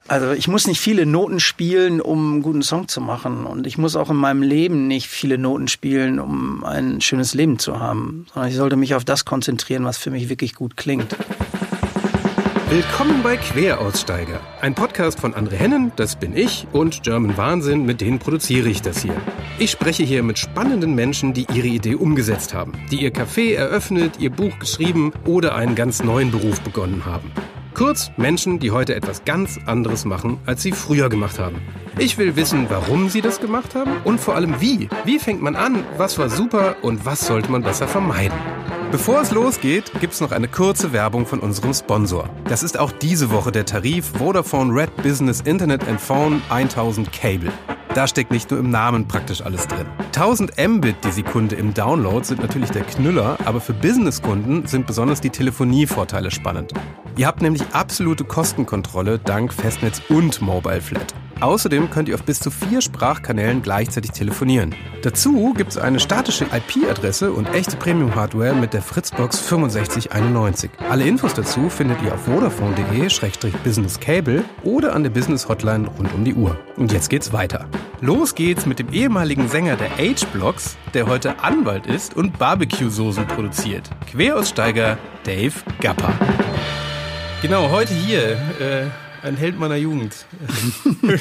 Also ich muss nicht viele Noten spielen, um einen guten Song zu machen. Und ich muss auch in meinem Leben nicht viele Noten spielen, um ein schönes Leben zu haben. Sondern ich sollte mich auf das konzentrieren, was für mich wirklich gut klingt. Willkommen bei Queraussteiger. Ein Podcast von André Hennen, das bin ich, und German Wahnsinn, mit denen produziere ich das hier. Ich spreche hier mit spannenden Menschen, die ihre Idee umgesetzt haben, die ihr Café eröffnet, ihr Buch geschrieben oder einen ganz neuen Beruf begonnen haben. Kurz, Menschen, die heute etwas ganz anderes machen, als sie früher gemacht haben. Ich will wissen, warum sie das gemacht haben und vor allem wie. Wie fängt man an, was war super und was sollte man besser vermeiden? Bevor es losgeht, gibt's noch eine kurze Werbung von unserem Sponsor. Das ist auch diese Woche der Tarif Vodafone Red Business Internet and Phone 1000 Cable. Da steckt nicht nur im Namen praktisch alles drin. 1000 Mbit die Sekunde im Download sind natürlich der Knüller, aber für Businesskunden sind besonders die Telefonievorteile spannend. Ihr habt nämlich absolute Kostenkontrolle dank Festnetz und Mobile Flat. Außerdem könnt ihr auf bis zu 4 Sprachkanälen gleichzeitig telefonieren. Dazu gibt es eine statische IP-Adresse und echte Premium-Hardware mit der Fritzbox 6591. Alle Infos dazu findet ihr auf vodafone.de/businesscable oder an der Business-Hotline rund um die Uhr. Und jetzt geht's weiter. Los geht's mit dem ehemaligen Sänger der H-Blocks, der heute Anwalt ist und Barbecue-Soßen produziert. Queraussteiger Dave Gapper. Genau, heute hier... ein Held meiner Jugend. Ich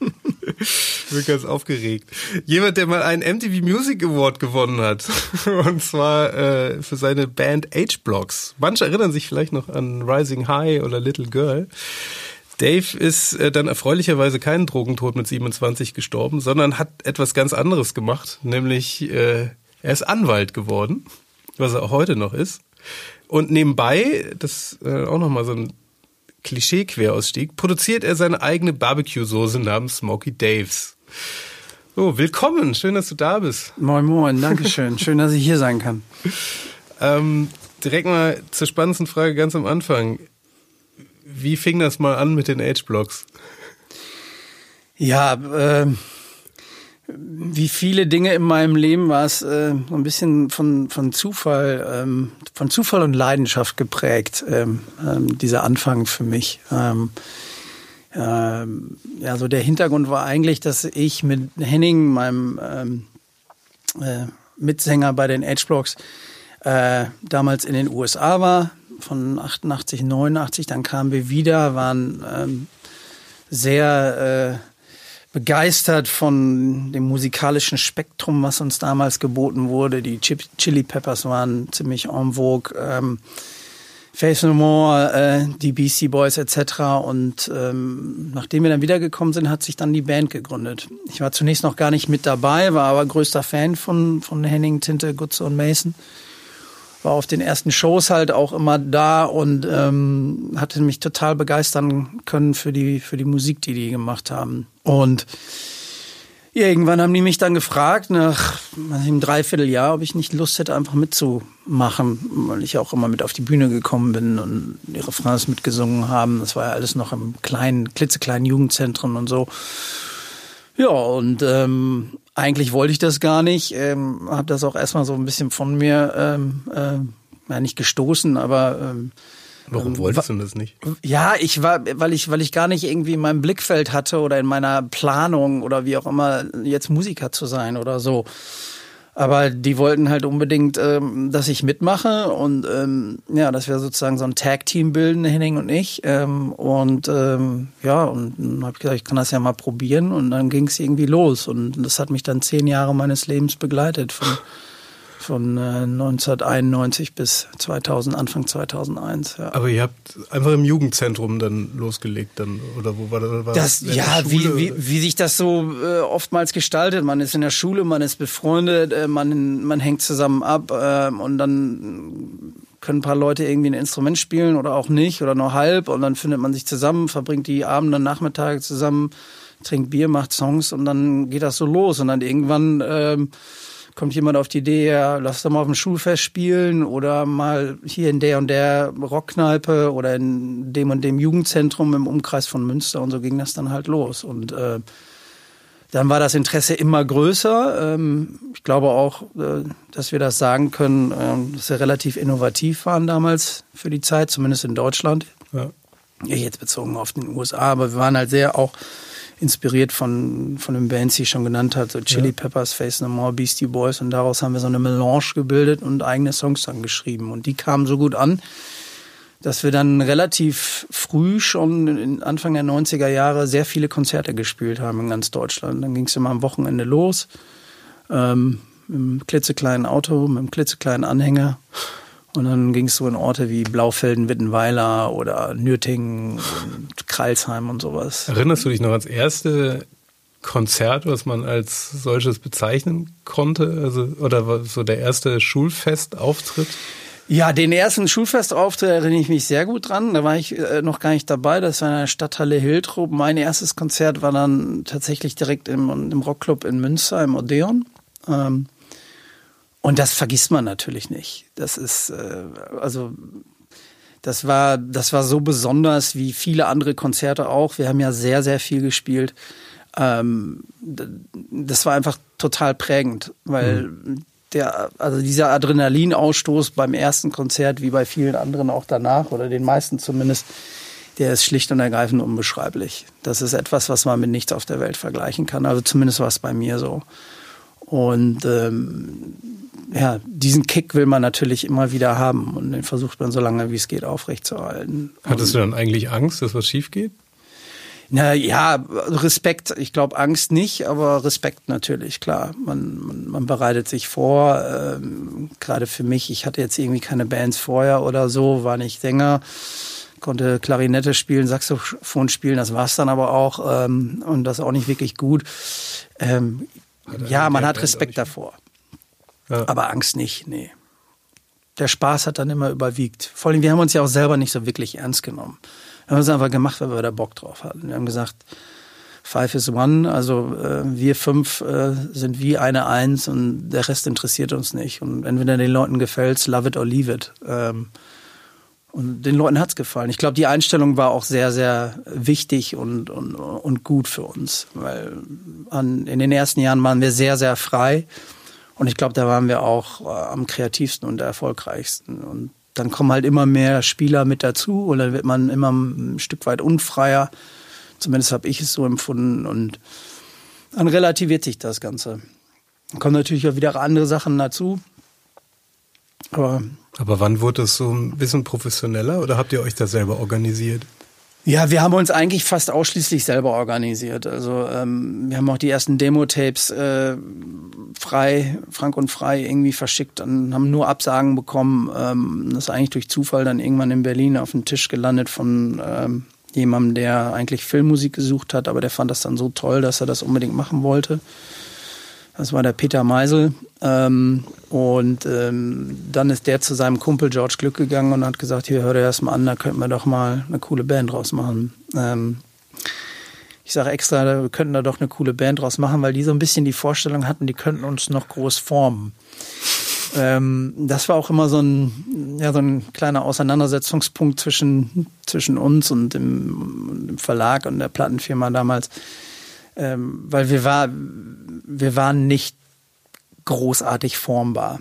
bin ganz aufgeregt. Jemand, der mal einen MTV Music Award gewonnen hat. Und zwar für seine Band H-Blocks. Manche erinnern sich vielleicht noch an Rising High oder Little Girl. Dave ist dann erfreulicherweise keinen Drogentod mit 27 gestorben, sondern hat etwas ganz anderes gemacht. Nämlich, er ist Anwalt geworden, was er auch heute noch ist. Und nebenbei, das auch nochmal so ein Klischee-Querausstieg, produziert er seine eigene Barbecue-Soße namens Smoky Dave's. So, willkommen, schön, dass du da bist. Moin, moin, dankeschön. Schön, dass ich hier sein kann. Direkt mal zur spannendsten Frage ganz am Anfang. Wie fing das mal an mit den H-Blocks? Ja, wie viele Dinge in meinem Leben war es so ein bisschen von Zufall und Leidenschaft geprägt, dieser Anfang für mich. Ja, so der Hintergrund war eigentlich, dass ich mit Henning, meinem Mitsänger bei den H-Blocks, damals in den USA war, von 88, 89, dann kamen wir wieder, waren sehr begeistert von dem musikalischen Spektrum, was uns damals geboten wurde. Die Chili Peppers waren ziemlich en vogue, Faith No More, die Beastie Boys etc. Und nachdem wir dann wiedergekommen sind, hat sich dann die Band gegründet. Ich war zunächst noch gar nicht mit dabei, war aber größter Fan von Henning, Tinte, Gutze und Mason. War auf den ersten Shows halt auch immer da und hatte mich total begeistern können für die Musik, die gemacht haben. Und ja, irgendwann haben die mich dann gefragt, nach einem Dreivierteljahr, ob ich nicht Lust hätte, einfach mitzumachen, weil ich auch immer mit auf die Bühne gekommen bin und die Refrains mitgesungen haben. Das war ja alles noch im klitzekleinen Jugendzentrum und so. Ja, und eigentlich wollte ich das gar nicht, habe das auch erstmal so ein bisschen von mir, nicht gestoßen, aber warum wolltest du das nicht? Ja, weil ich gar nicht irgendwie in meinem Blickfeld hatte oder in meiner Planung oder wie auch immer jetzt Musiker zu sein oder so. Aber die wollten halt unbedingt, dass ich mitmache und dass wir sozusagen so ein Tag-Team bilden, Henning und ich. Und dann habe ich gesagt, ich kann das ja mal probieren und dann ging es irgendwie los. Und das hat mich dann 10 Jahre meines Lebens begleitet, von 1991 bis 2000, Anfang 2001. Ja. Aber ihr habt einfach im Jugendzentrum dann losgelegt, oder wo war das? Wie sich das so oftmals gestaltet. Man ist in der Schule, man ist befreundet, man hängt zusammen ab und dann können ein paar Leute irgendwie ein Instrument spielen oder auch nicht oder nur halb und dann findet man sich zusammen, verbringt die Abende, Nachmittage zusammen, trinkt Bier, macht Songs und dann geht das so los und dann irgendwann kommt jemand auf die Idee, ja, lass doch mal auf dem Schulfest spielen oder mal hier in der und der Rockkneipe oder in dem und dem Jugendzentrum im Umkreis von Münster und so ging das dann halt los. Und dann war das Interesse immer größer. Ich glaube auch, dass wir das sagen können, dass wir relativ innovativ waren damals für die Zeit, zumindest in Deutschland. Ja. jetzt bezogen auf den USA, aber wir waren halt sehr auch inspiriert von den Bands, die ich schon genannt hatte, so Chili Peppers, Faith No More, Beastie Boys, und daraus haben wir so eine Melange gebildet und eigene Songs dann geschrieben, und die kamen so gut an, dass wir dann relativ früh schon Anfang der 90er Jahre sehr viele Konzerte gespielt haben in ganz Deutschland. Dann ging es immer am Wochenende los, mit einem klitzekleinen Auto, mit einem klitzekleinen Anhänger. Und dann ging es so in Orte wie Blaufelden, Wittenweiler oder Nürtingen und Crailsheim und sowas. Erinnerst du dich noch ans erste Konzert, was man als solches bezeichnen konnte? Also, oder war so der erste Schulfestauftritt? Ja, den ersten Schulfestauftritt erinnere ich mich sehr gut dran. Da war ich noch gar nicht dabei. Das war in der Stadthalle Hiltrop. Mein erstes Konzert war dann tatsächlich direkt im Rockclub in Münster, im Odeon. Und das vergisst man natürlich nicht. Das ist, das war so besonders wie viele andere Konzerte auch. Wir haben ja sehr, sehr viel gespielt. Das war einfach total prägend, weil dieser Adrenalinausstoß beim ersten Konzert, wie bei vielen anderen auch danach, oder den meisten zumindest, der ist schlicht und ergreifend unbeschreiblich. Das ist etwas, was man mit nichts auf der Welt vergleichen kann. Also zumindest war es bei mir so. Und diesen Kick will man natürlich immer wieder haben, und den versucht man so lange wie es geht aufrechtzuerhalten. Hattest du dann eigentlich Angst, dass was schief geht? Na ja, Respekt. Ich glaube, Angst nicht, aber Respekt natürlich, klar. Man bereitet sich vor. Gerade für mich, ich hatte jetzt irgendwie keine Bands vorher oder so, war nicht Sänger, konnte Klarinette spielen, Saxophon spielen, das war's dann aber auch, und das auch nicht wirklich gut. Man hat Respekt davor. Ja. Aber Angst nicht, nee. Der Spaß hat dann immer überwiegt. Vor allem, wir haben uns ja auch selber nicht so wirklich ernst genommen. Wir haben es einfach gemacht, weil wir da Bock drauf hatten. Wir haben gesagt, 5 is 1, also wir 5 sind wie eine 1 und der Rest interessiert uns nicht. Und entweder den Leuten gefällt's, love it or leave it. Und den Leuten hat's gefallen. Ich glaube, die Einstellung war auch sehr, sehr wichtig und gut für uns. Weil in den ersten Jahren waren wir sehr, sehr frei. Und ich glaube, da waren wir auch am kreativsten und erfolgreichsten. Und dann kommen halt immer mehr Spieler mit dazu und dann wird man immer ein Stück weit unfreier. Zumindest habe ich es so empfunden, und dann relativiert sich das Ganze. Dann kommen natürlich auch wieder andere Sachen dazu. Aber wann wurde es so ein bisschen professioneller, oder habt ihr euch das selber organisiert? Ja, wir haben uns eigentlich fast ausschließlich selber organisiert. Also wir haben auch die ersten Demo-Tapes frank und frei irgendwie verschickt und haben nur Absagen bekommen. Das ist eigentlich durch Zufall dann irgendwann in Berlin auf den Tisch gelandet von jemandem, der eigentlich Filmmusik gesucht hat, aber der fand das dann so toll, dass er das unbedingt machen wollte. Das war der Peter Meisel. Dann ist der zu seinem Kumpel George Glück gegangen und hat gesagt, hier, hör dir das mal an, da könnten wir doch mal eine coole Band draus machen. Ich sage extra, wir könnten da doch eine coole Band draus machen, weil die so ein bisschen die Vorstellung hatten, die könnten uns noch groß formen. Das war auch immer so ein kleiner Auseinandersetzungspunkt zwischen uns und dem Verlag und der Plattenfirma damals. Weil wir waren nicht großartig formbar.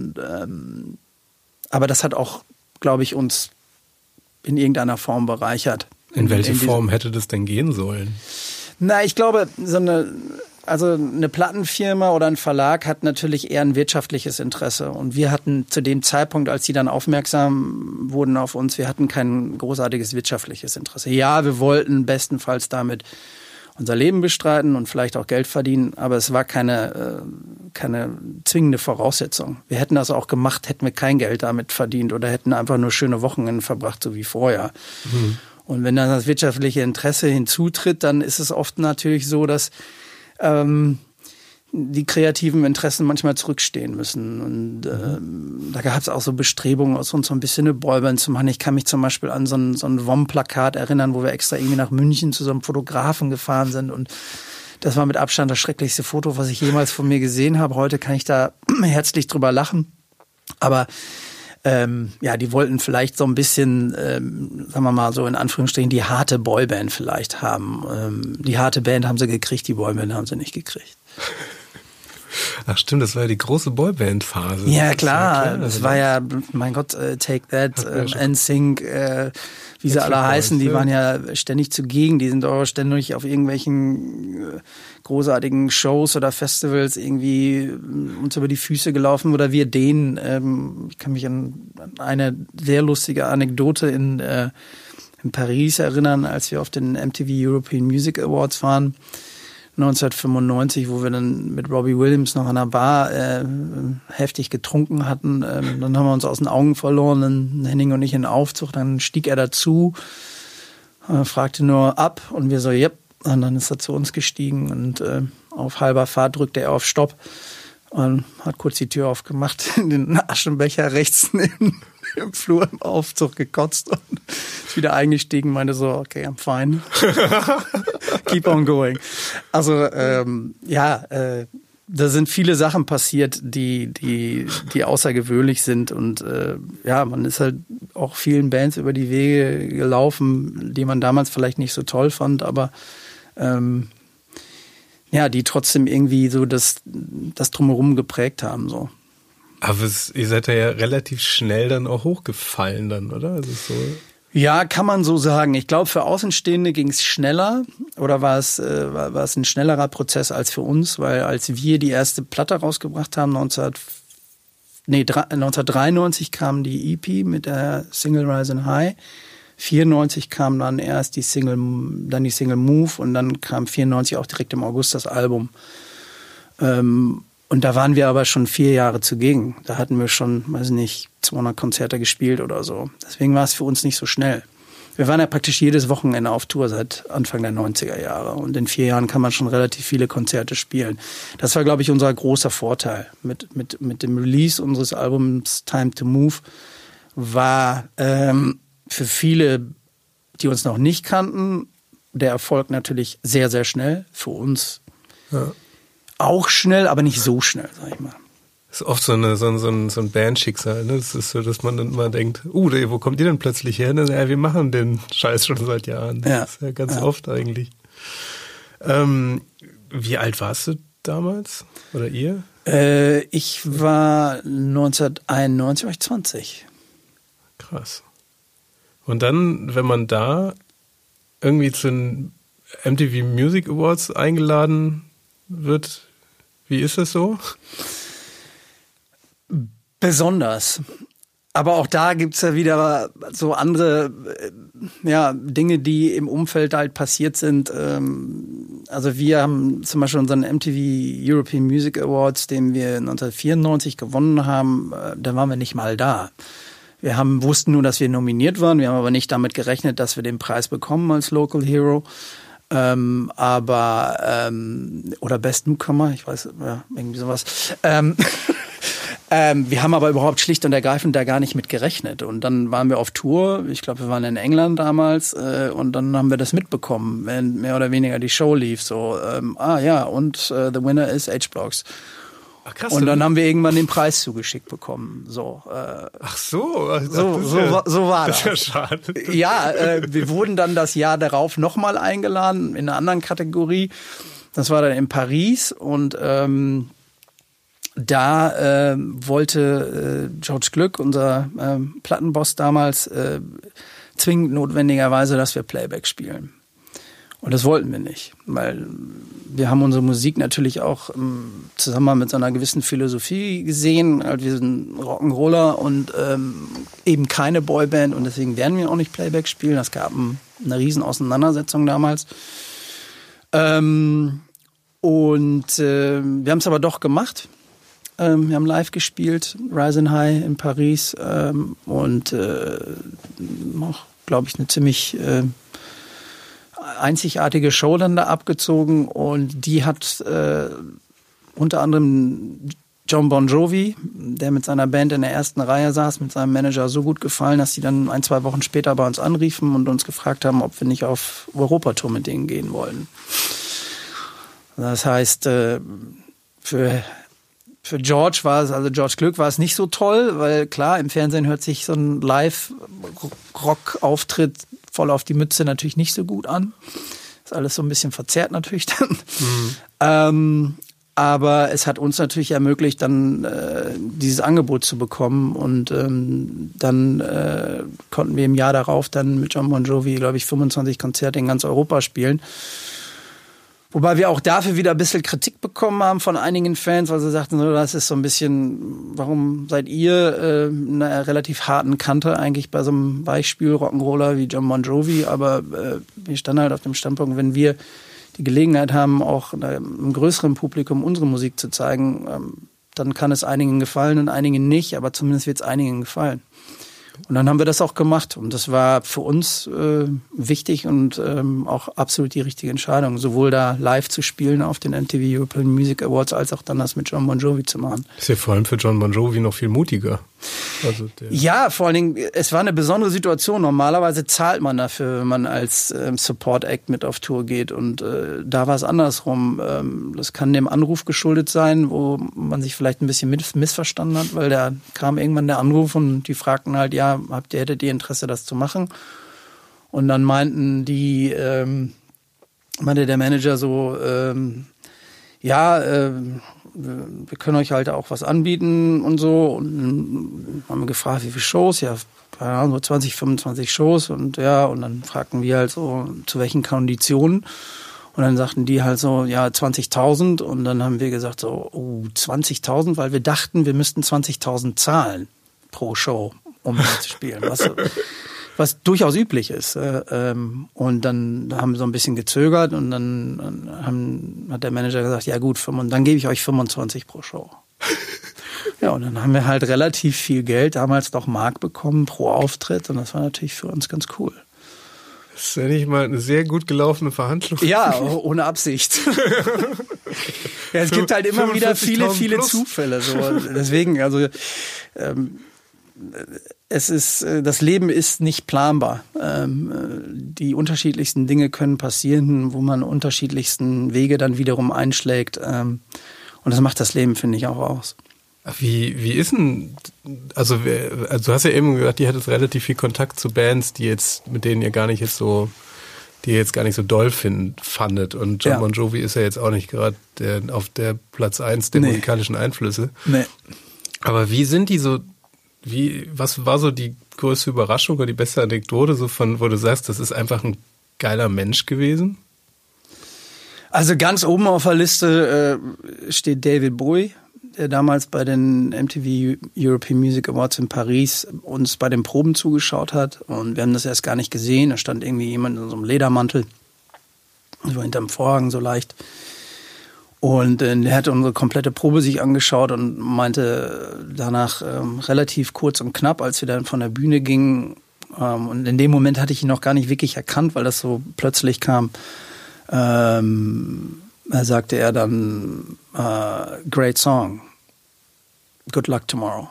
Aber das hat auch, glaube ich, uns in irgendeiner Form bereichert. In welche Form hätte das denn gehen sollen? Na, ich glaube, eine Plattenfirma oder ein Verlag hat natürlich eher ein wirtschaftliches Interesse. Und wir hatten zu dem Zeitpunkt, als sie dann aufmerksam wurden auf uns, wir hatten kein großartiges wirtschaftliches Interesse. Ja, wir wollten bestenfalls damit unser Leben bestreiten und vielleicht auch Geld verdienen, aber es war keine zwingende Voraussetzung. Wir hätten das auch gemacht, hätten wir kein Geld damit verdient oder hätten einfach nur schöne Wochenenden verbracht, so wie vorher. Mhm. Und wenn dann das wirtschaftliche Interesse hinzutritt, dann ist es oft natürlich so, dass die kreativen Interessen manchmal zurückstehen müssen. Und da gab es auch so Bestrebungen, aus uns so ein bisschen eine Boyband zu machen. Ich kann mich zum Beispiel an so ein WOM-Plakat erinnern, wo wir extra irgendwie nach München zu so einem Fotografen gefahren sind. Und das war mit Abstand das schrecklichste Foto, was ich jemals von mir gesehen habe. Heute kann ich da herzlich drüber lachen. Aber die wollten vielleicht so ein bisschen, sagen wir mal so in Anführungsstrichen, die harte Boyband vielleicht haben. Die harte Band haben sie gekriegt, die Boyband haben sie nicht gekriegt. Ach stimmt, das war ja die große Boyband-Phase. Ja klar, das war ja, mein Gott, Take That, NSYNC, wie sie alle heißen, die waren ja ständig zugegen, die sind auch ständig auf irgendwelchen großartigen Shows oder Festivals irgendwie uns über die Füße gelaufen oder wir denen. Ich kann mich an eine sehr lustige Anekdote in Paris erinnern, als wir auf den MTV European Music Awards waren. 1995, wo wir dann mit Robbie Williams noch an der Bar heftig getrunken hatten. Dann haben wir uns aus den Augen verloren, dann Henning und ich in den Aufzug, dann stieg er dazu, fragte nur ab und wir so, yep. Und dann ist er zu uns gestiegen und auf halber Fahrt drückte er auf Stopp und hat kurz die Tür aufgemacht, den Aschenbecher rechts neben im Flur im Aufzug gekotzt und ist wieder eingestiegen, meinte so, okay, I'm fine. Keep on going. Also da sind viele Sachen passiert, die außergewöhnlich sind und man ist halt auch vielen Bands über die Wege gelaufen, die man damals vielleicht nicht so toll fand, aber die trotzdem irgendwie so das Drumherum geprägt haben, so. Aber ihr seid ja relativ schnell dann auch hochgefallen dann, oder? Also so. Ja, kann man so sagen. Ich glaube, für Außenstehende ging es schneller oder war es ein schnellerer Prozess als für uns, weil als wir die erste Platte rausgebracht haben, 1993 kam die EP mit der Single Rising High. 94 kam dann erst die Single Move und dann kam 94 auch direkt im August das Album. Und da waren wir aber schon 4 Jahre zugegen. Da hatten wir schon, 200 Konzerte gespielt oder so. Deswegen war es für uns nicht so schnell. Wir waren ja praktisch jedes Wochenende auf Tour seit Anfang der 90er Jahre. Und in 4 Jahren kann man schon relativ viele Konzerte spielen. Das war, glaube ich, unser großer Vorteil. Mit dem Release unseres Albums Time to Move war für viele, die uns noch nicht kannten, der Erfolg natürlich sehr, sehr schnell. Für uns auch schnell, aber nicht so schnell, sag ich mal. Das ist oft so ein Bandschicksal, ne? Das ist so, dass man dann immer denkt, wo kommt ihr denn plötzlich her? Ja, wir machen den Scheiß schon seit Jahren. Das ist ja ganz oft eigentlich. Wie alt warst du damals? Oder ihr? Ich war 1991, war ich 20. Krass. Und dann, wenn man da irgendwie zu den MTV Music Awards eingeladen wird, wie ist das so? Besonders. Aber auch da gibt's ja wieder so andere Dinge, die im Umfeld halt passiert sind. Also wir haben zum Beispiel unseren MTV European Music Awards, den wir 1994 gewonnen haben, da waren wir nicht mal da. Wir wussten nur, dass wir nominiert waren. Wir haben aber nicht damit gerechnet, dass wir den Preis bekommen als Local Hero. Oder Best Newcomer, ich weiß, irgendwie sowas. Wir haben aber überhaupt schlicht und ergreifend da gar nicht mit gerechnet. Und dann waren wir auf Tour, ich glaube, wir waren in England damals, und dann haben wir das mitbekommen, wenn mehr oder weniger die Show lief. So, the winner is H-Blocks. Ach, krass, und dann haben wir irgendwann den Preis zugeschickt bekommen. So, ach so, so war das. Das ist ja schade. Ja, wir wurden dann das Jahr darauf nochmal eingeladen in einer anderen Kategorie. Das war dann in Paris und da wollte George Glück, unser Plattenboss damals, zwingend notwendigerweise, dass wir Playback spielen. Und das wollten wir nicht, weil wir haben unsere Musik natürlich auch im Zusammenhang mit so einer gewissen Philosophie gesehen. Wir sind Rock'n'Roller und eben keine Boyband und deswegen werden wir auch nicht Playback spielen. Es gab eine riesen Auseinandersetzung damals. Wir haben es aber doch gemacht. Wir haben live gespielt, Rising High in Paris und auch, glaube ich, eine ziemlich einzigartige Show dann da abgezogen und die hat unter anderem John Bon Jovi, der mit seiner Band in der ersten Reihe saß, mit seinem Manager so gut gefallen, dass sie dann 1-2 Wochen später bei uns anriefen und uns gefragt haben, ob wir nicht auf Europatour mit denen gehen wollen. Das heißt, für George Glück war es nicht so toll, weil klar, im Fernsehen hört sich so ein Live-Rock-Auftritt voll auf die Mütze natürlich nicht so gut an. Ist alles so ein bisschen verzerrt natürlich dann. Mhm. Aber es hat uns natürlich ermöglicht, dann dieses Angebot zu bekommen. Und dann konnten wir im Jahr darauf dann mit Jon Bon Jovi, glaube ich, 25 Konzerte in ganz Europa spielen. Wobei wir auch dafür wieder ein bisschen Kritik bekommen haben von einigen Fans, weil sie sagten, so, das ist so ein bisschen, warum seid ihr einer relativ harten Kante eigentlich bei so einem Weichspül-Rock'n'Roller wie Jon Bon Jovi? Aber wir standen halt auf dem Standpunkt, wenn wir die Gelegenheit haben, auch einem größeren Publikum unsere Musik zu zeigen, dann kann es einigen gefallen und einigen nicht, aber zumindest wird es einigen gefallen. Und dann haben wir das auch gemacht. Und das war für uns wichtig und auch absolut die richtige Entscheidung, sowohl da live zu spielen auf den MTV European Music Awards, als auch dann das mit Jon Bon Jovi zu machen. Ist ja vor allem für Jon Bon Jovi noch viel mutiger. Also ja, vor allen Dingen, es war eine besondere Situation. Normalerweise zahlt man dafür, wenn man als Support-Act mit auf Tour geht. Und da war es andersrum. Das kann dem Anruf geschuldet sein, wo man sich vielleicht ein bisschen missverstanden hat, weil da kam irgendwann der Anruf und die fragten halt, ja, hättet ihr Interesse, das zu machen? Und dann meinte der Manager so, wir können euch halt auch was anbieten und so. Und haben wir gefragt, wie viele Shows? Ja, so 20, 25 Shows. Und ja, und dann fragten wir halt so, zu welchen Konditionen. Und dann sagten die halt so, ja, 20.000. Und dann haben wir gesagt so, 20.000, weil wir dachten, wir müssten 20.000 zahlen pro Show, um zu spielen. Was durchaus üblich ist. Und dann haben wir so ein bisschen gezögert und dann hat der Manager gesagt, ja gut, dann gebe ich euch 25 pro Show. Ja, und dann haben wir halt relativ viel Geld, damals noch Mark bekommen pro Auftritt und das war natürlich für uns ganz cool. Das ist ja nicht mal eine sehr gut gelaufene Verhandlung. Ja, ohne Absicht. Ja, es gibt halt immer wieder viele Zufälle. So. Deswegen, also das Leben ist nicht planbar. Die unterschiedlichsten Dinge können passieren, wo man unterschiedlichsten Wege dann wiederum einschlägt. Und das macht das Leben, finde ich, auch aus. Wie ist denn, also du hast ja eben gesagt, ihr hattet relativ viel Kontakt zu Bands, mit denen ihr gar nicht jetzt so, die ihr jetzt gar nicht so doll fandet. Und Jon Bon Jovi ist ja jetzt auch nicht gerade auf der Platz 1 der musikalischen Einflüsse. Nee. Aber wie sind die so, was war so die größte Überraschung oder die beste Anekdote, so wo du sagst, das ist einfach ein geiler Mensch gewesen? Also ganz oben auf der Liste steht David Bowie, der damals bei den MTV European Music Awards in Paris uns bei den Proben zugeschaut hat. Und wir haben das erst gar nicht gesehen. Da stand irgendwie jemand in so einem Ledermantel, so hinterm Vorhang so leicht. Und er hat unsere komplette Probe sich angeschaut und meinte danach relativ kurz und knapp, als wir dann von der Bühne gingen, und in dem Moment hatte ich ihn noch gar nicht wirklich erkannt, weil das so plötzlich kam, sagte er dann, great song, good luck tomorrow.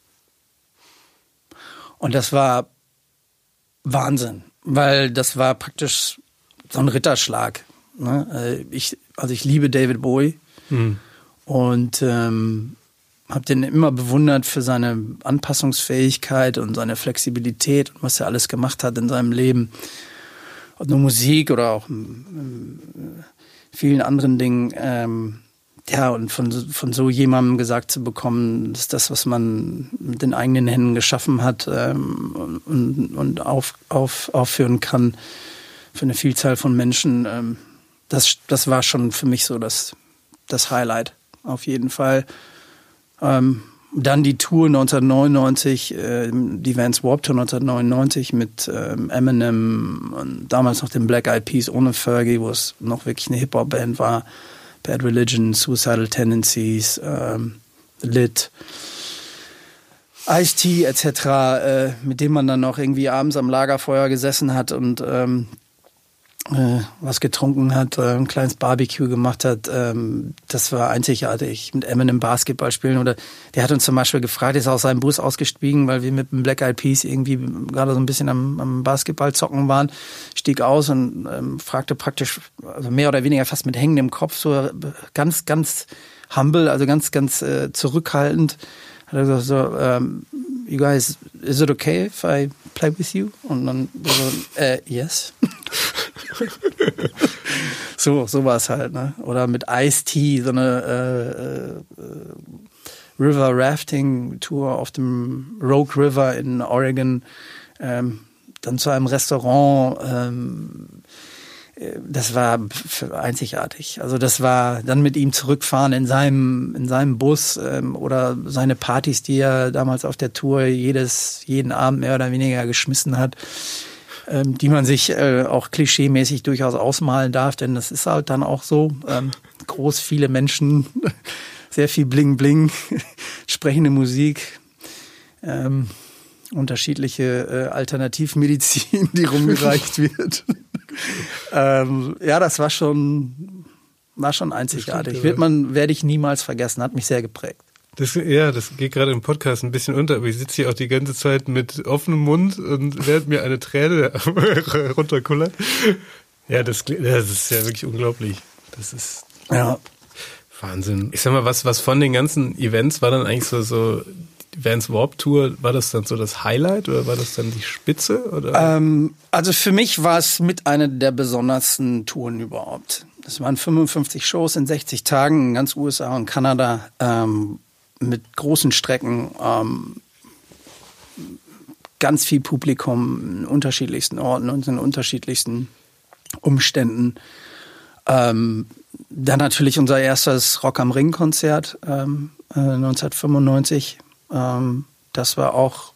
Und das war Wahnsinn, weil das war praktisch so ein Ritterschlag. Ne? Ich liebe David Bowie und habe den immer bewundert für seine Anpassungsfähigkeit und seine Flexibilität und was er alles gemacht hat in seinem Leben. Ob nur Musik oder auch vielen anderen Dingen. Und von so jemandem gesagt zu bekommen, das ist das, was man mit den eigenen Händen geschaffen hat und aufführen kann für eine Vielzahl von Menschen. Das war schon für mich so das Highlight, auf jeden Fall. Dann die Tour 1999, die Vans Warped Tour 1999 mit Eminem und damals noch den Black Eyed Peas ohne Fergie, wo es noch wirklich eine Hip-Hop-Band war. Bad Religion, Suicidal Tendencies, Lit, Ice-T etc., mit dem man dann noch irgendwie abends am Lagerfeuer gesessen hat und was getrunken hat, ein kleines Barbecue gemacht hat, das war einzigartig. Mit Eminem Basketball spielen oder der hat uns zum Beispiel gefragt, ist aus seinem Bus ausgestiegen, weil wir mit dem Black Eyed Peas irgendwie gerade so ein bisschen am Basketball zocken waren, stieg aus und fragte praktisch, also mehr oder weniger fast mit hängendem Kopf, so ganz, ganz humble, also ganz, ganz zurückhaltend, hat er gesagt so, you guys, is it okay if I play with you? Und dann so, yes. So war es halt, ne? Oder mit Ice-T, so eine River Rafting Tour auf dem Rogue River in Oregon, dann zu einem Restaurant, das war einzigartig. Also das war dann mit ihm zurückfahren in seinem Bus oder seine Partys, die er damals auf der Tour jeden Abend mehr oder weniger geschmissen hat, die man sich auch klischeemäßig durchaus ausmalen darf, denn das ist halt dann auch so. Groß, viele Menschen, sehr viel Bling Bling, sprechende Musik, unterschiedliche Alternativmedizin, die rumgereicht wird. Ja, das war schon einzigartig. Stimmt, werde ich niemals vergessen, hat mich sehr geprägt. Das geht gerade im Podcast ein bisschen unter, aber ich sitze hier auch die ganze Zeit mit offenem Mund und während mir eine Träne runterkullert. Ja, das ist ja wirklich unglaublich. Das ist Wahnsinn. Ich sag mal, was von den ganzen Events war dann eigentlich so Vans Warped Tour, war das dann so das Highlight oder war das dann die Spitze? Oder? Also für mich war es mit einer der besondersten Touren überhaupt. Das waren 55 Shows in 60 Tagen in ganz USA und Kanada, mit großen Strecken, ganz viel Publikum in unterschiedlichsten Orten und in unterschiedlichsten Umständen. Dann natürlich unser erstes Rock am Ring Konzert 1995. Das war auch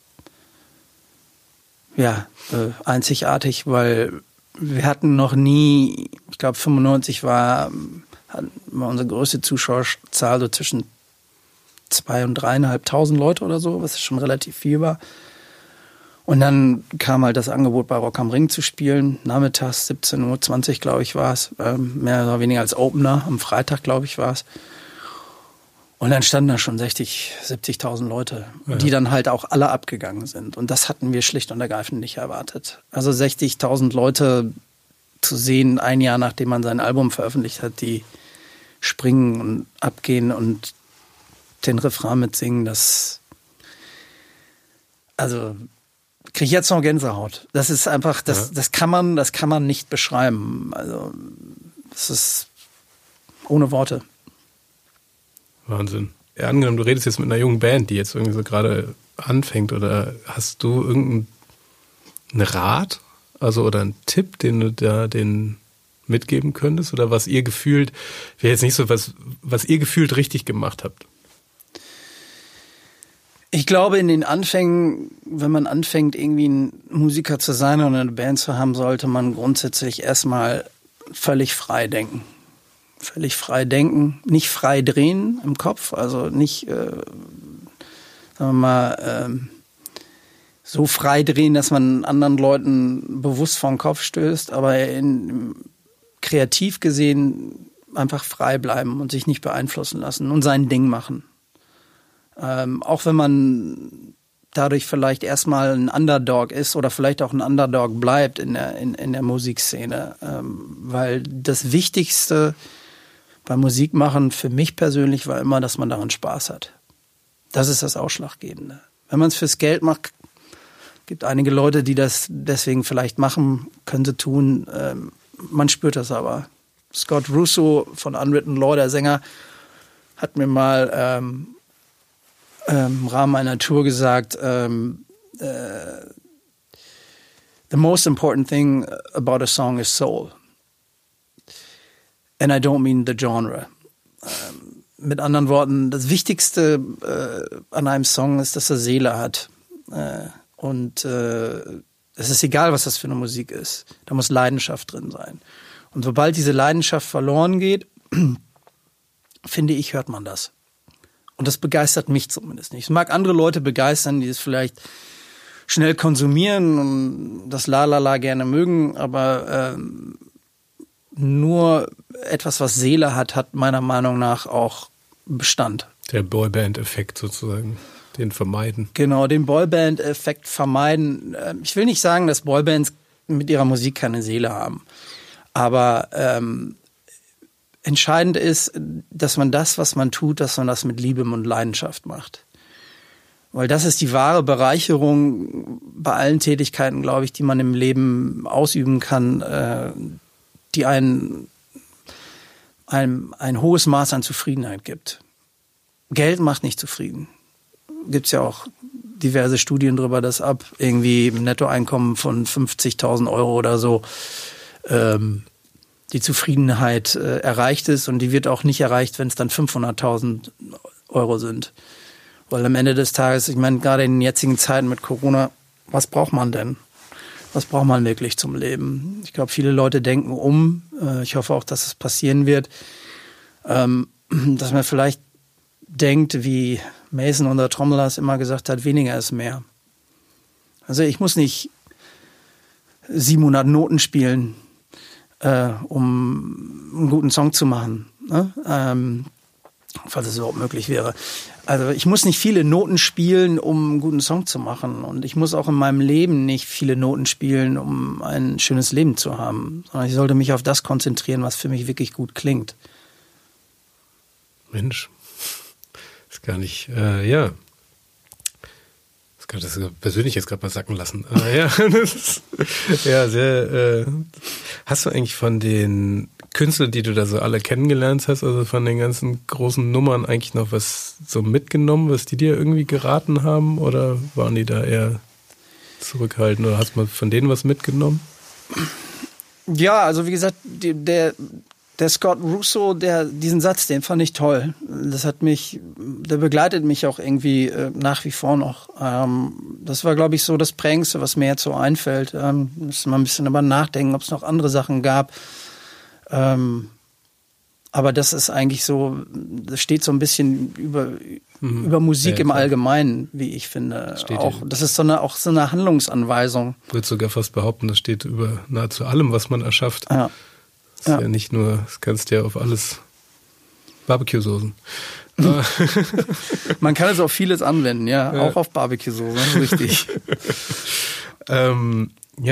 einzigartig, weil wir hatten noch nie, ich glaube 95 war unsere größte Zuschauerzahl so zwischen 2.000 und 3.500 Leute oder so, was schon relativ viel war. Und dann kam halt das Angebot, bei Rock am Ring zu spielen. Nachmittags 17.20 Uhr, glaube ich, war es. Mehr oder weniger als Opener. Am Freitag, glaube ich, war es. Und dann standen da schon 70.000 Leute, die dann halt auch alle abgegangen sind. Und das hatten wir schlicht und ergreifend nicht erwartet. Also 60.000 Leute zu sehen, ein Jahr nachdem man sein Album veröffentlicht hat, die springen und abgehen und den Refrain mitsingen, kriege ich jetzt noch Gänsehaut. Das ist einfach, das kann man nicht beschreiben. Also das ist ohne Worte. Wahnsinn. Ja, angenommen, du redest jetzt mit einer jungen Band, die jetzt irgendwie so gerade anfängt, oder hast du irgendeinen Rat, oder einen Tipp, den du da denen mitgeben könntest, oder was ihr gefühlt, wäre jetzt nicht so was ihr gefühlt richtig gemacht habt? Ich glaube, in den Anfängen, wenn man anfängt, irgendwie ein Musiker zu sein oder eine Band zu haben, sollte man grundsätzlich erstmal völlig frei denken. Völlig frei denken, nicht frei drehen im Kopf, also nicht, so frei drehen, dass man anderen Leuten bewusst vor den Kopf stößt, aber kreativ gesehen einfach frei bleiben und sich nicht beeinflussen lassen und sein Ding machen. Auch wenn man dadurch vielleicht erstmal ein Underdog ist oder vielleicht auch ein Underdog bleibt in der Musikszene, weil das Wichtigste beim Musikmachen für mich persönlich war immer, dass man daran Spaß hat. Das ist das Ausschlaggebende. Wenn man es fürs Geld macht, gibt einige Leute, die das deswegen vielleicht machen, können sie tun. Man spürt das aber. Scott Russo von Unwritten Law, der Sänger, hat mir mal im Rahmen einer Tour gesagt, the most important thing about a song is soul. And I don't mean the genre. Mit anderen Worten, das Wichtigste an einem Song ist, dass er Seele hat. Und es ist egal, was das für eine Musik ist. Da muss Leidenschaft drin sein. Und sobald diese Leidenschaft verloren geht, finde ich, hört man das. Und das begeistert mich zumindest nicht. Es mag andere Leute begeistern, die es vielleicht schnell konsumieren und das La-La-La gerne mögen, aber nur etwas, was Seele hat meiner Meinung nach auch Bestand. Der Boyband-Effekt sozusagen, den vermeiden. Genau, den Boyband-Effekt vermeiden. Ich will nicht sagen, dass Boybands mit ihrer Musik keine Seele haben, aber entscheidend ist, dass man das, was man tut, dass man das mit Liebe und Leidenschaft macht. Weil das ist die wahre Bereicherung bei allen Tätigkeiten, glaube ich, die man im Leben ausüben kann, die einem ein hohes Maß an Zufriedenheit gibt. Geld macht nicht zufrieden. Gibt's ja auch diverse Studien drüber, dass ab irgendwie im Nettoeinkommen von 50.000 Euro oder so die Zufriedenheit erreicht ist, und die wird auch nicht erreicht, wenn es dann 500.000 Euro sind. Weil am Ende des Tages, ich meine, gerade in den jetzigen Zeiten mit Corona, was braucht man denn? Was braucht man wirklich zum Leben? Ich glaube, viele Leute denken ich hoffe auch, dass es passieren wird, dass man vielleicht denkt, wie Mason, unser Trommler, es immer gesagt hat, weniger ist mehr. Also ich muss nicht 700 Noten spielen, um einen guten Song zu machen, ne? Falls es überhaupt möglich wäre. Also ich muss nicht viele Noten spielen, um einen guten Song zu machen. Und ich muss auch in meinem Leben nicht viele Noten spielen, um ein schönes Leben zu haben. Sondern ich sollte mich auf das konzentrieren, was für mich wirklich gut klingt. Mensch, ist gar nicht, ja. Das persönlich jetzt gerade mal sacken lassen. Aber ja, ja, sehr. Hast du eigentlich von den Künstlern, die du da so alle kennengelernt hast, also von den ganzen großen Nummern eigentlich noch was so mitgenommen, was die dir irgendwie geraten haben, oder waren die da eher zurückhaltend, oder hast du mal von denen was mitgenommen? Ja, also wie gesagt, der Scott Russo, diesen Satz, den fand ich toll. Der begleitet mich auch irgendwie nach wie vor noch. Das war, glaube ich, so das Prägendste, was mir jetzt so einfällt. Müssen wir ein bisschen darüber nachdenken, ob es noch andere Sachen gab. Aber das ist eigentlich so, das steht so ein bisschen über Musik im Allgemeinen, wie ich finde. Das ist auch so eine Handlungsanweisung. Ich würde sogar fast behaupten, das steht über nahezu allem, was man erschafft. Ja. Das ist ja nicht nur, das kannst du ja auf alles, Barbecue-Soßen. Man kann es auf vieles anwenden, ja. Auch auf Barbecue-Soßen, richtig. Dann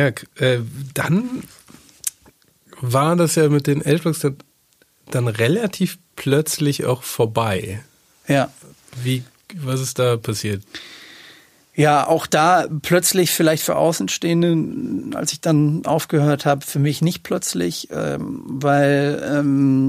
war das ja mit den H-Blocks dann relativ plötzlich auch vorbei. Ja. Was ist da passiert? Ja, auch da plötzlich vielleicht für Außenstehende, als ich dann aufgehört habe, für mich nicht plötzlich, weil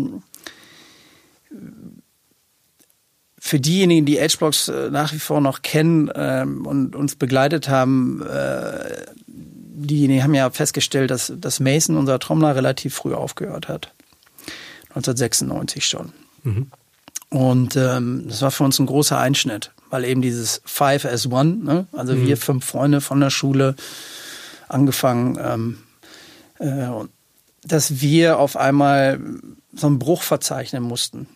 für diejenigen, die H-Blocks nach wie vor noch kennen und uns begleitet haben, diejenigen haben ja festgestellt, dass Mason, unser Trommler, relativ früh aufgehört hat. 1996 schon. Mhm. Und das war für uns ein großer Einschnitt, weil eben dieses 5 as One, ne? Also wir 5 Freunde von der Schule, angefangen, dass wir auf einmal so einen Bruch verzeichnen mussten.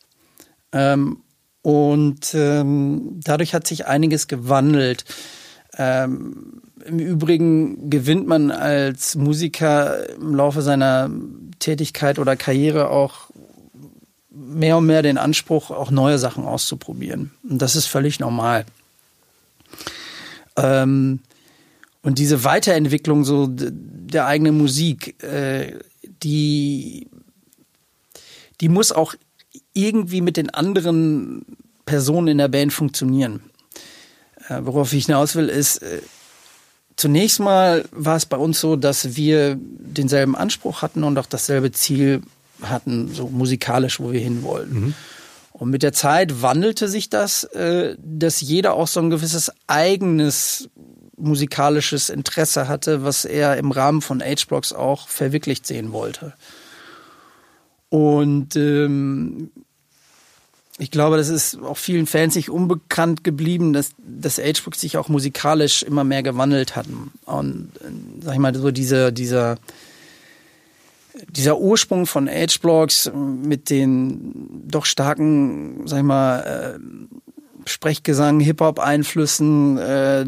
Dadurch hat sich einiges gewandelt. Im Übrigen gewinnt man als Musiker im Laufe seiner Tätigkeit oder Karriere auch mehr und mehr den Anspruch, auch neue Sachen auszuprobieren. Und das ist völlig normal. Und diese Weiterentwicklung so der eigenen Musik, die muss auch irgendwie mit den anderen Personen in der Band funktionieren. Worauf ich hinaus will, ist, zunächst mal war es bei uns so, dass wir denselben Anspruch hatten und auch dasselbe Ziel hatten, so musikalisch, wo wir hinwollten. Mhm. Und mit der Zeit wandelte sich das, dass jeder auch so ein gewisses eigenes musikalisches Interesse hatte, was er im Rahmen von H-Blocks auch verwirklicht sehen wollte. Und ich glaube, das ist auch vielen Fans nicht unbekannt geblieben, dass H-Blocks sich auch musikalisch immer mehr gewandelt hatten. Und sag ich mal, so dieser Ursprung von H-Blocks mit den doch starken, sag ich mal, Sprechgesang, Hip-Hop-Einflüssen,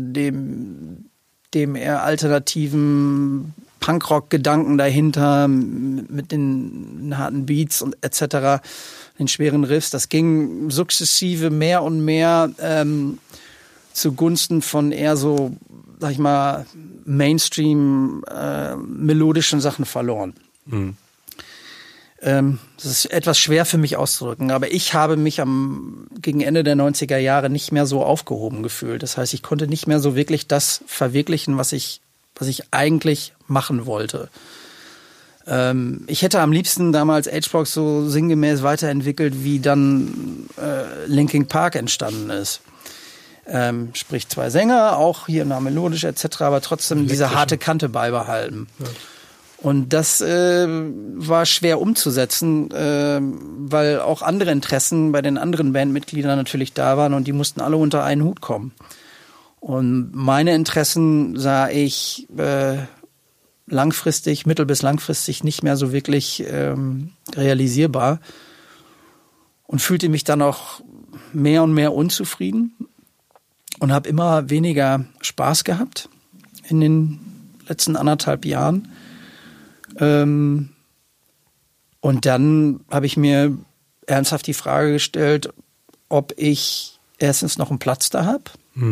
dem eher alternativen Punkrock-Gedanken dahinter, mit den harten Beats und etc., den schweren Riffs, das ging sukzessive mehr und mehr zugunsten von eher so, sag ich mal, Mainstream melodischen Sachen verloren. Mhm. Das ist etwas schwer für mich auszudrücken, aber ich habe mich gegen Ende der 90er Jahre nicht mehr so aufgehoben gefühlt. Das heißt, ich konnte nicht mehr so wirklich das verwirklichen, was ich eigentlich machen wollte. Ich hätte am liebsten damals H-Blocks so sinngemäß weiterentwickelt, wie dann Linkin Park entstanden ist. Sprich 2 Sänger, auch hier melodisch etc., aber trotzdem diese harte Kante beibehalten. Ja. Und das war schwer umzusetzen, weil auch andere Interessen bei den anderen Bandmitgliedern natürlich da waren und die mussten alle unter einen Hut kommen. Und meine Interessen sah ich langfristig, mittel- bis langfristig nicht mehr so wirklich realisierbar und fühlte mich dann auch mehr und mehr unzufrieden und habe immer weniger Spaß gehabt in den letzten 1,5 Jahren. Und dann habe ich mir ernsthaft die Frage gestellt, ob ich erstens noch einen Platz da habe.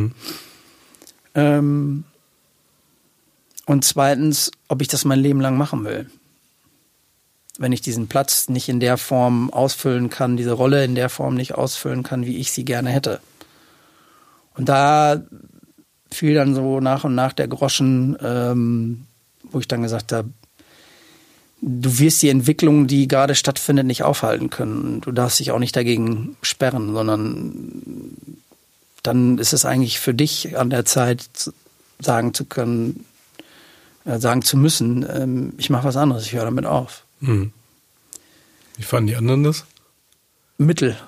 Und zweitens, ob ich das mein Leben lang machen will. Wenn ich diesen Platz nicht in der Form ausfüllen kann, diese Rolle in der Form nicht ausfüllen kann, wie ich sie gerne hätte. Und da fiel dann so nach und nach der Groschen, wo ich dann gesagt habe, du wirst die Entwicklung, die gerade stattfindet, nicht aufhalten können. Du darfst dich auch nicht dagegen sperren, sondern dann ist es eigentlich für dich an der Zeit, sagen zu müssen, ich mache was anderes, ich höre damit auf. Wie fanden die anderen das? Mittel.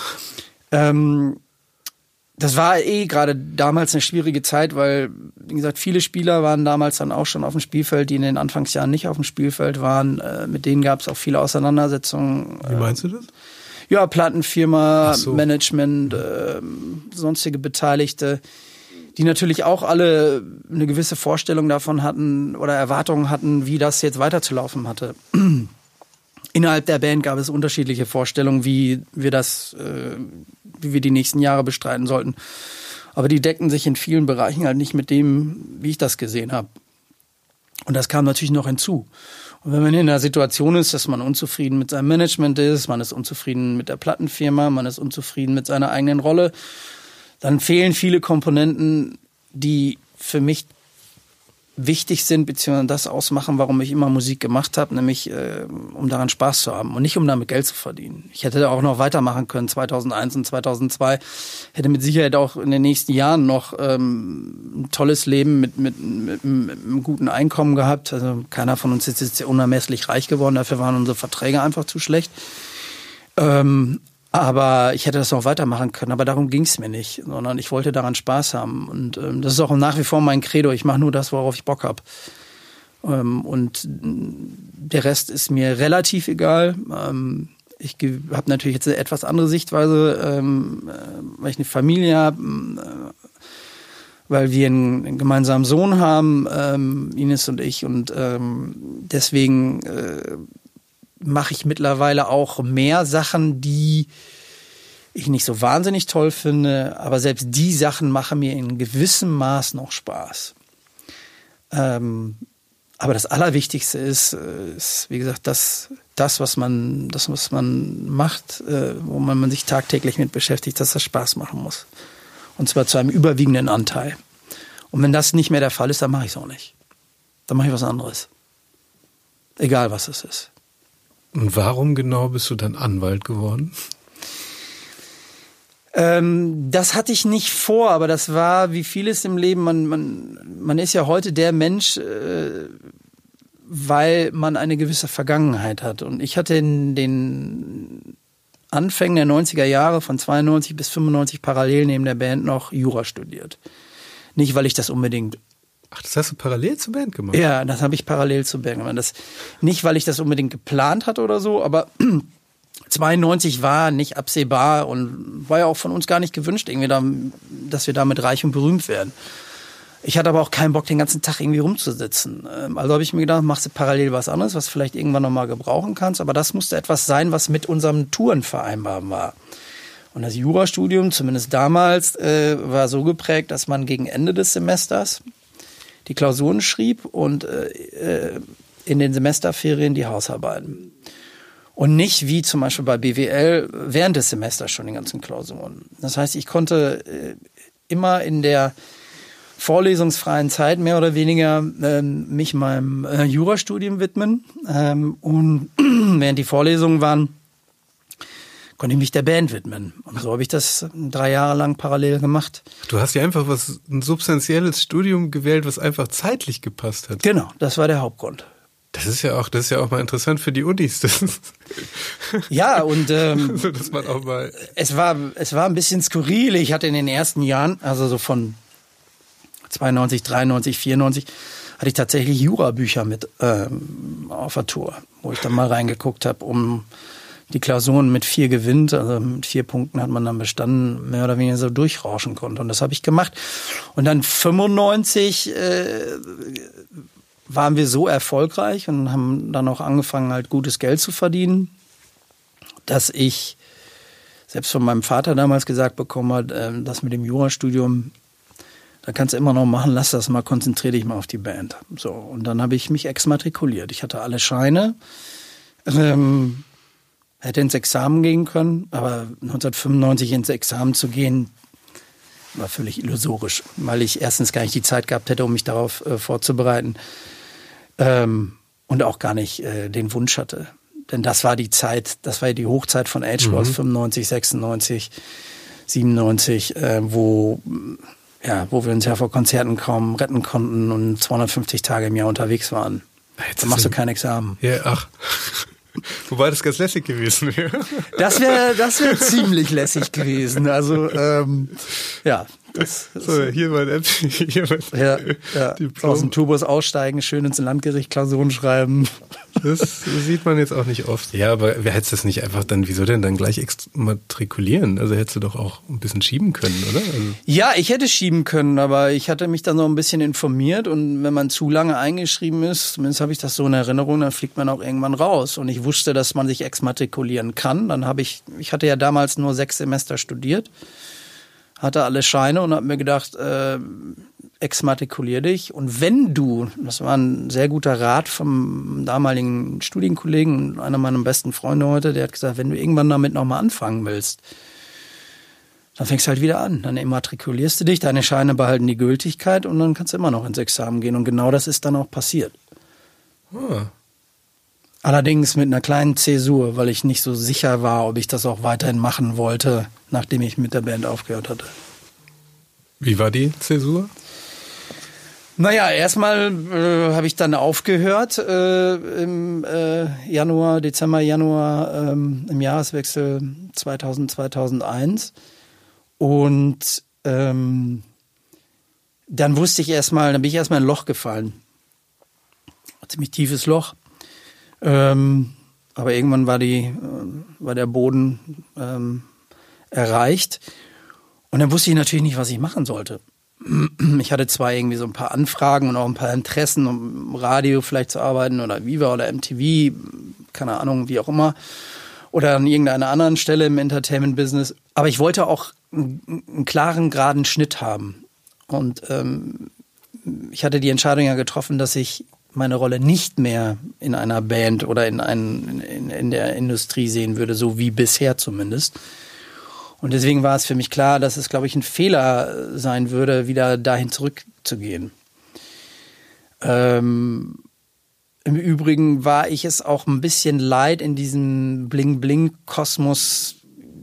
Das war gerade damals eine schwierige Zeit, weil, wie gesagt, viele Spieler waren damals dann auch schon auf dem Spielfeld, die in den Anfangsjahren nicht auf dem Spielfeld waren. Mit denen gab es auch viele Auseinandersetzungen. Wie meinst du das? Ja, Plattenfirma, Management, sonstige Beteiligte, die natürlich auch alle eine gewisse Vorstellung davon hatten oder Erwartungen hatten, wie das jetzt weiterzulaufen hatte. Innerhalb der Band gab es unterschiedliche Vorstellungen, wie wir die nächsten Jahre bestreiten sollten. Aber die deckten sich in vielen Bereichen halt nicht mit dem, wie ich das gesehen habe. Und das kam natürlich noch hinzu. Und wenn man in einer Situation ist, dass man unzufrieden mit seinem Management ist, man ist unzufrieden mit der Plattenfirma, man ist unzufrieden mit seiner eigenen Rolle, dann fehlen viele Komponenten, die für mich wichtig sind, beziehungsweise das ausmachen, warum ich immer Musik gemacht habe, nämlich um daran Spaß zu haben und nicht um damit Geld zu verdienen. Ich hätte auch noch weitermachen können, 2001 und 2002, hätte mit Sicherheit auch in den nächsten Jahren noch ein tolles Leben mit einem guten Einkommen gehabt. Also keiner von uns ist jetzt unermesslich reich geworden, dafür waren unsere Verträge einfach zu schlecht. Aber ich hätte das noch weitermachen können, aber darum ging es mir nicht, sondern ich wollte daran Spaß haben. Und das ist auch nach wie vor mein Credo, ich mache nur das, worauf ich Bock habe. Und der Rest ist mir relativ egal. Ich habe natürlich jetzt eine etwas andere Sichtweise, weil ich eine Familie habe, weil wir einen gemeinsamen Sohn haben, Ines und ich. Und deswegen mache ich mittlerweile auch mehr Sachen, die ich nicht so wahnsinnig toll finde, aber selbst die Sachen machen mir in gewissem Maß noch Spaß. Aber das Allerwichtigste ist, wie gesagt, das, was man macht, wo man sich tagtäglich mit beschäftigt, dass das Spaß machen muss. Und zwar zu einem überwiegenden Anteil. Und wenn das nicht mehr der Fall ist, dann mache ich es auch nicht. Dann mache ich was anderes. Egal, was es ist. Und warum genau bist du dann Anwalt geworden? Das hatte ich nicht vor, aber das war wie vieles im Leben. Man ist ja heute der Mensch, weil man eine gewisse Vergangenheit hat. Und ich hatte in den Anfängen der 90er Jahre von 92 bis 95 parallel neben der Band noch Jura studiert. Nicht, weil ich das unbedingt... Ach, das hast du parallel zur Band gemacht? Ja, das habe ich parallel zur Band gemacht. Nicht, weil ich das unbedingt geplant hatte oder so, aber 92 war nicht absehbar und war ja auch von uns gar nicht gewünscht, irgendwie dass wir damit reich und berühmt werden. Ich hatte aber auch keinen Bock, den ganzen Tag irgendwie rumzusitzen. Also habe ich mir gedacht, machst du parallel was anderes, was du vielleicht irgendwann nochmal gebrauchen kannst, aber das musste etwas sein, was mit unserem Touren vereinbar war. Und das Jurastudium, zumindest damals, war so geprägt, dass man gegen Ende des Semesters die Klausuren schrieb und in den Semesterferien die Hausarbeiten. Und nicht wie zum Beispiel bei BWL während des Semesters schon die ganzen Klausuren. Das heißt, ich konnte immer in der vorlesungsfreien Zeit mehr oder weniger mich meinem Jurastudium widmen. Und während die Vorlesungen waren, konnte ich mich der Band widmen. Und so habe ich das 3 Jahre lang parallel gemacht. Du hast ja einfach ein substanzielles Studium gewählt, was einfach zeitlich gepasst hat. Genau, das war der Hauptgrund. Das ist ja auch mal interessant für die Unis. Ja, und also, dass man auch mal es war ein bisschen skurril. Ich hatte in den ersten Jahren, also so von 92, 93, 94, hatte ich tatsächlich Jurabücher mit auf der Tour, wo ich dann mal reingeguckt habe, um die Klausuren mit 4 gewinnt, also mit 4 Punkten hat man dann bestanden, mehr oder weniger so durchrauschen konnte. Und das habe ich gemacht. Und dann 95 waren wir so erfolgreich und haben dann auch angefangen, halt gutes Geld zu verdienen, dass ich selbst von meinem Vater damals gesagt bekommen habe, das mit dem Jurastudium, da kannst du immer noch machen, lass das mal, konzentriere dich mal auf die Band. So, und dann habe ich mich exmatrikuliert. Ich hatte alle Scheine, hätte ins Examen gehen können, aber 1995 ins Examen zu gehen, war völlig illusorisch, weil ich erstens gar nicht die Zeit gehabt hätte, um mich darauf vorzubereiten und auch gar nicht den Wunsch hatte. Denn das war die Zeit, das war die Hochzeit von H-Blocks, 95, 96, 97, wo wir uns ja vor Konzerten kaum retten konnten und 250 Tage im Jahr unterwegs waren. Da machst du kein Examen. Ja, ach. Wobei das ganz lässig gewesen wäre. Das wäre ziemlich lässig gewesen. Also, ja. So, hier mein App, hier mein Diplom. Aus dem Tourbus aussteigen, schön ins Landgericht Klausuren schreiben. Das sieht man jetzt auch nicht oft. Ja, aber wer hätte das nicht einfach dann, wieso denn dann gleich exmatrikulieren? Also hättest du doch auch ein bisschen schieben können, oder? Also ja, ich hätte schieben können, aber ich hatte mich dann noch ein bisschen informiert und wenn man zu lange eingeschrieben ist, zumindest habe ich das so in Erinnerung, dann fliegt man auch irgendwann raus. Und ich wusste, dass man sich exmatrikulieren kann. Dann ich hatte ja damals nur 6 Semester studiert, hatte alle Scheine und habe mir gedacht, exmatrikulier dich. Und wenn du, das war ein sehr guter Rat vom damaligen Studienkollegen, einer meiner besten Freunde heute, der hat gesagt, wenn du irgendwann damit nochmal anfangen willst, dann fängst du halt wieder an. Dann immatrikulierst du dich, deine Scheine behalten die Gültigkeit und dann kannst du immer noch ins Examen gehen. Und genau das ist dann auch passiert. Ah. Allerdings mit einer kleinen Zäsur, weil ich nicht so sicher war, ob ich das auch weiterhin machen wollte, nachdem ich mit der Band aufgehört hatte. Wie war die Zäsur? Naja, erstmal habe ich dann aufgehört im Dezember, Januar, im Jahreswechsel 2000, 2001. Und dann bin ich erstmal in ein Loch gefallen. Ein ziemlich tiefes Loch. Aber irgendwann war der Boden erreicht. Und dann wusste ich natürlich nicht, was ich machen sollte. Ich hatte zwar irgendwie so ein paar Anfragen und auch ein paar Interessen, um im Radio vielleicht zu arbeiten oder Viva oder MTV, keine Ahnung, wie auch immer. Oder an irgendeiner anderen Stelle im Entertainment-Business. Aber ich wollte auch einen klaren, geraden Schnitt haben. Und ich hatte die Entscheidung ja getroffen, dass ich meine Rolle nicht mehr in einer Band oder in der Industrie sehen würde, so wie bisher zumindest. Und deswegen war es für mich klar, dass es, glaube ich, ein Fehler sein würde, wieder dahin zurückzugehen. Im Übrigen war ich es auch ein bisschen leid, in diesem Bling-Bling-Kosmos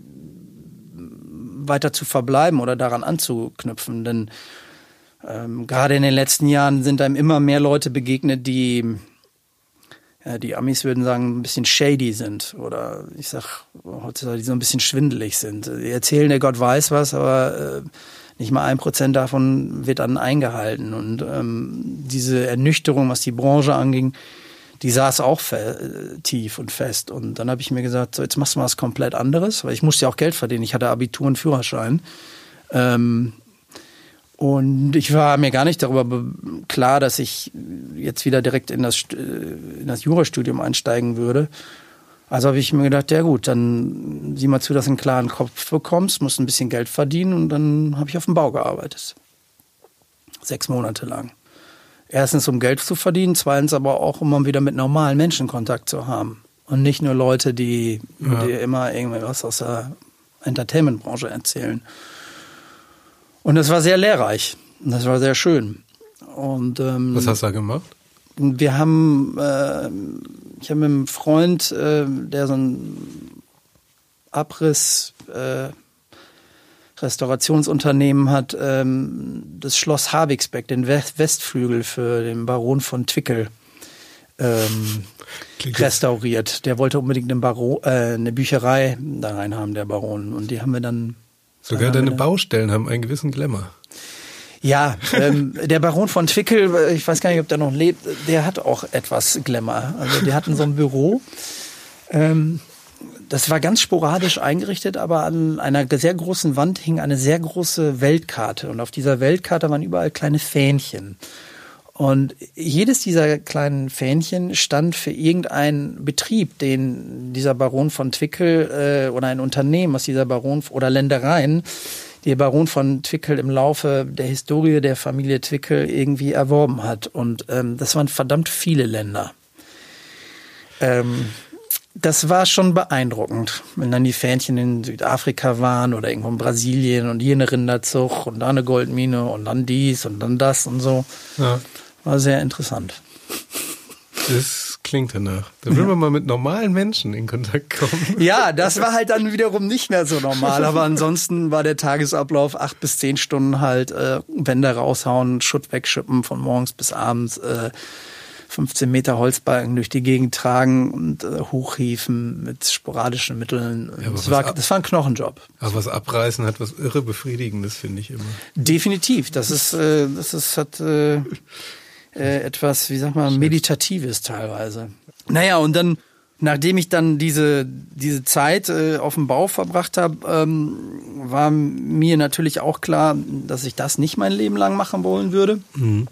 weiter zu verbleiben oder daran anzuknüpfen. Denn gerade in den letzten Jahren sind einem immer mehr Leute begegnet, die Amis würden sagen, ein bisschen shady sind. Oder ich sag heutzutage, die so ein bisschen schwindelig sind. Die erzählen, der Gott weiß was, aber nicht mal 1% davon wird dann eingehalten. Und diese Ernüchterung, was die Branche anging, die saß auch tief und fest. Und dann habe ich mir gesagt, so, jetzt machst du mal was komplett anderes, weil ich musste ja auch Geld verdienen. Ich hatte Abitur und Führerschein. Und ich war mir gar nicht darüber klar, dass ich jetzt wieder direkt in das Jurastudium einsteigen würde. Also habe ich mir gedacht, ja gut, dann sieh mal zu, dass du einen klaren Kopf bekommst, musst ein bisschen Geld verdienen und dann habe ich auf dem Bau gearbeitet. 6 Monate lang. Erstens, um Geld zu verdienen, zweitens aber auch, um mal wieder mit normalen Menschen Kontakt zu haben. Und nicht nur Leute, die dir immer irgendwas aus der Entertainment-Branche erzählen. Und es war sehr lehrreich. Das war sehr schön. Und was hast du da gemacht? Wir haben, ich habe mit einem Freund, der so ein Abriss Restaurationsunternehmen hat, das Schloss Havigsbeck, den Westflügel für den Baron von Twickel restauriert. Der wollte unbedingt eine Bücherei da rein haben, der Baron. Und die haben wir dann... Sogar deine Baustellen haben einen gewissen Glamour. Ja, der Baron von Twickel, ich weiß gar nicht, ob der noch lebt, der hat auch etwas Glamour. Also die hatten so ein Büro. Das war ganz sporadisch eingerichtet, aber an einer sehr großen Wand hing eine sehr große Weltkarte. Und auf dieser Weltkarte waren überall kleine Fähnchen. Und jedes dieser kleinen Fähnchen stand für irgendeinen Betrieb, den dieser Baron von Twickel oder ein Unternehmen, was dieser Baron oder Ländereien, die Baron von Twickel im Laufe der Historie der Familie Twickel irgendwie erworben hat. Und das waren verdammt viele Länder. Das war schon beeindruckend, wenn dann die Fähnchen in Südafrika waren oder irgendwo in Brasilien und hier eine Rinderzucht und da eine Goldmine und dann dies und dann das und so. Ja. War sehr interessant. Das klingt danach. Da will man mal mit normalen Menschen in Kontakt kommen. Ja, das war halt dann wiederum nicht mehr so normal. Aber ansonsten war der Tagesablauf 8 bis 10 Stunden halt Wände raushauen, Schutt wegschippen von morgens bis abends, 15 Meter Holzbalken durch die Gegend tragen und hochhieven mit sporadischen Mitteln. Ja, das war ein Knochenjob. Aber was abreißen hat was irre Befriedigendes, finde ich immer. Definitiv. Das hat etwas, wie sagt man, Meditatives teilweise. Naja, und dann, nachdem ich dann diese Zeit auf dem Bau verbracht habe, war mir natürlich auch klar, dass ich das nicht mein Leben lang machen wollen würde. Mhm.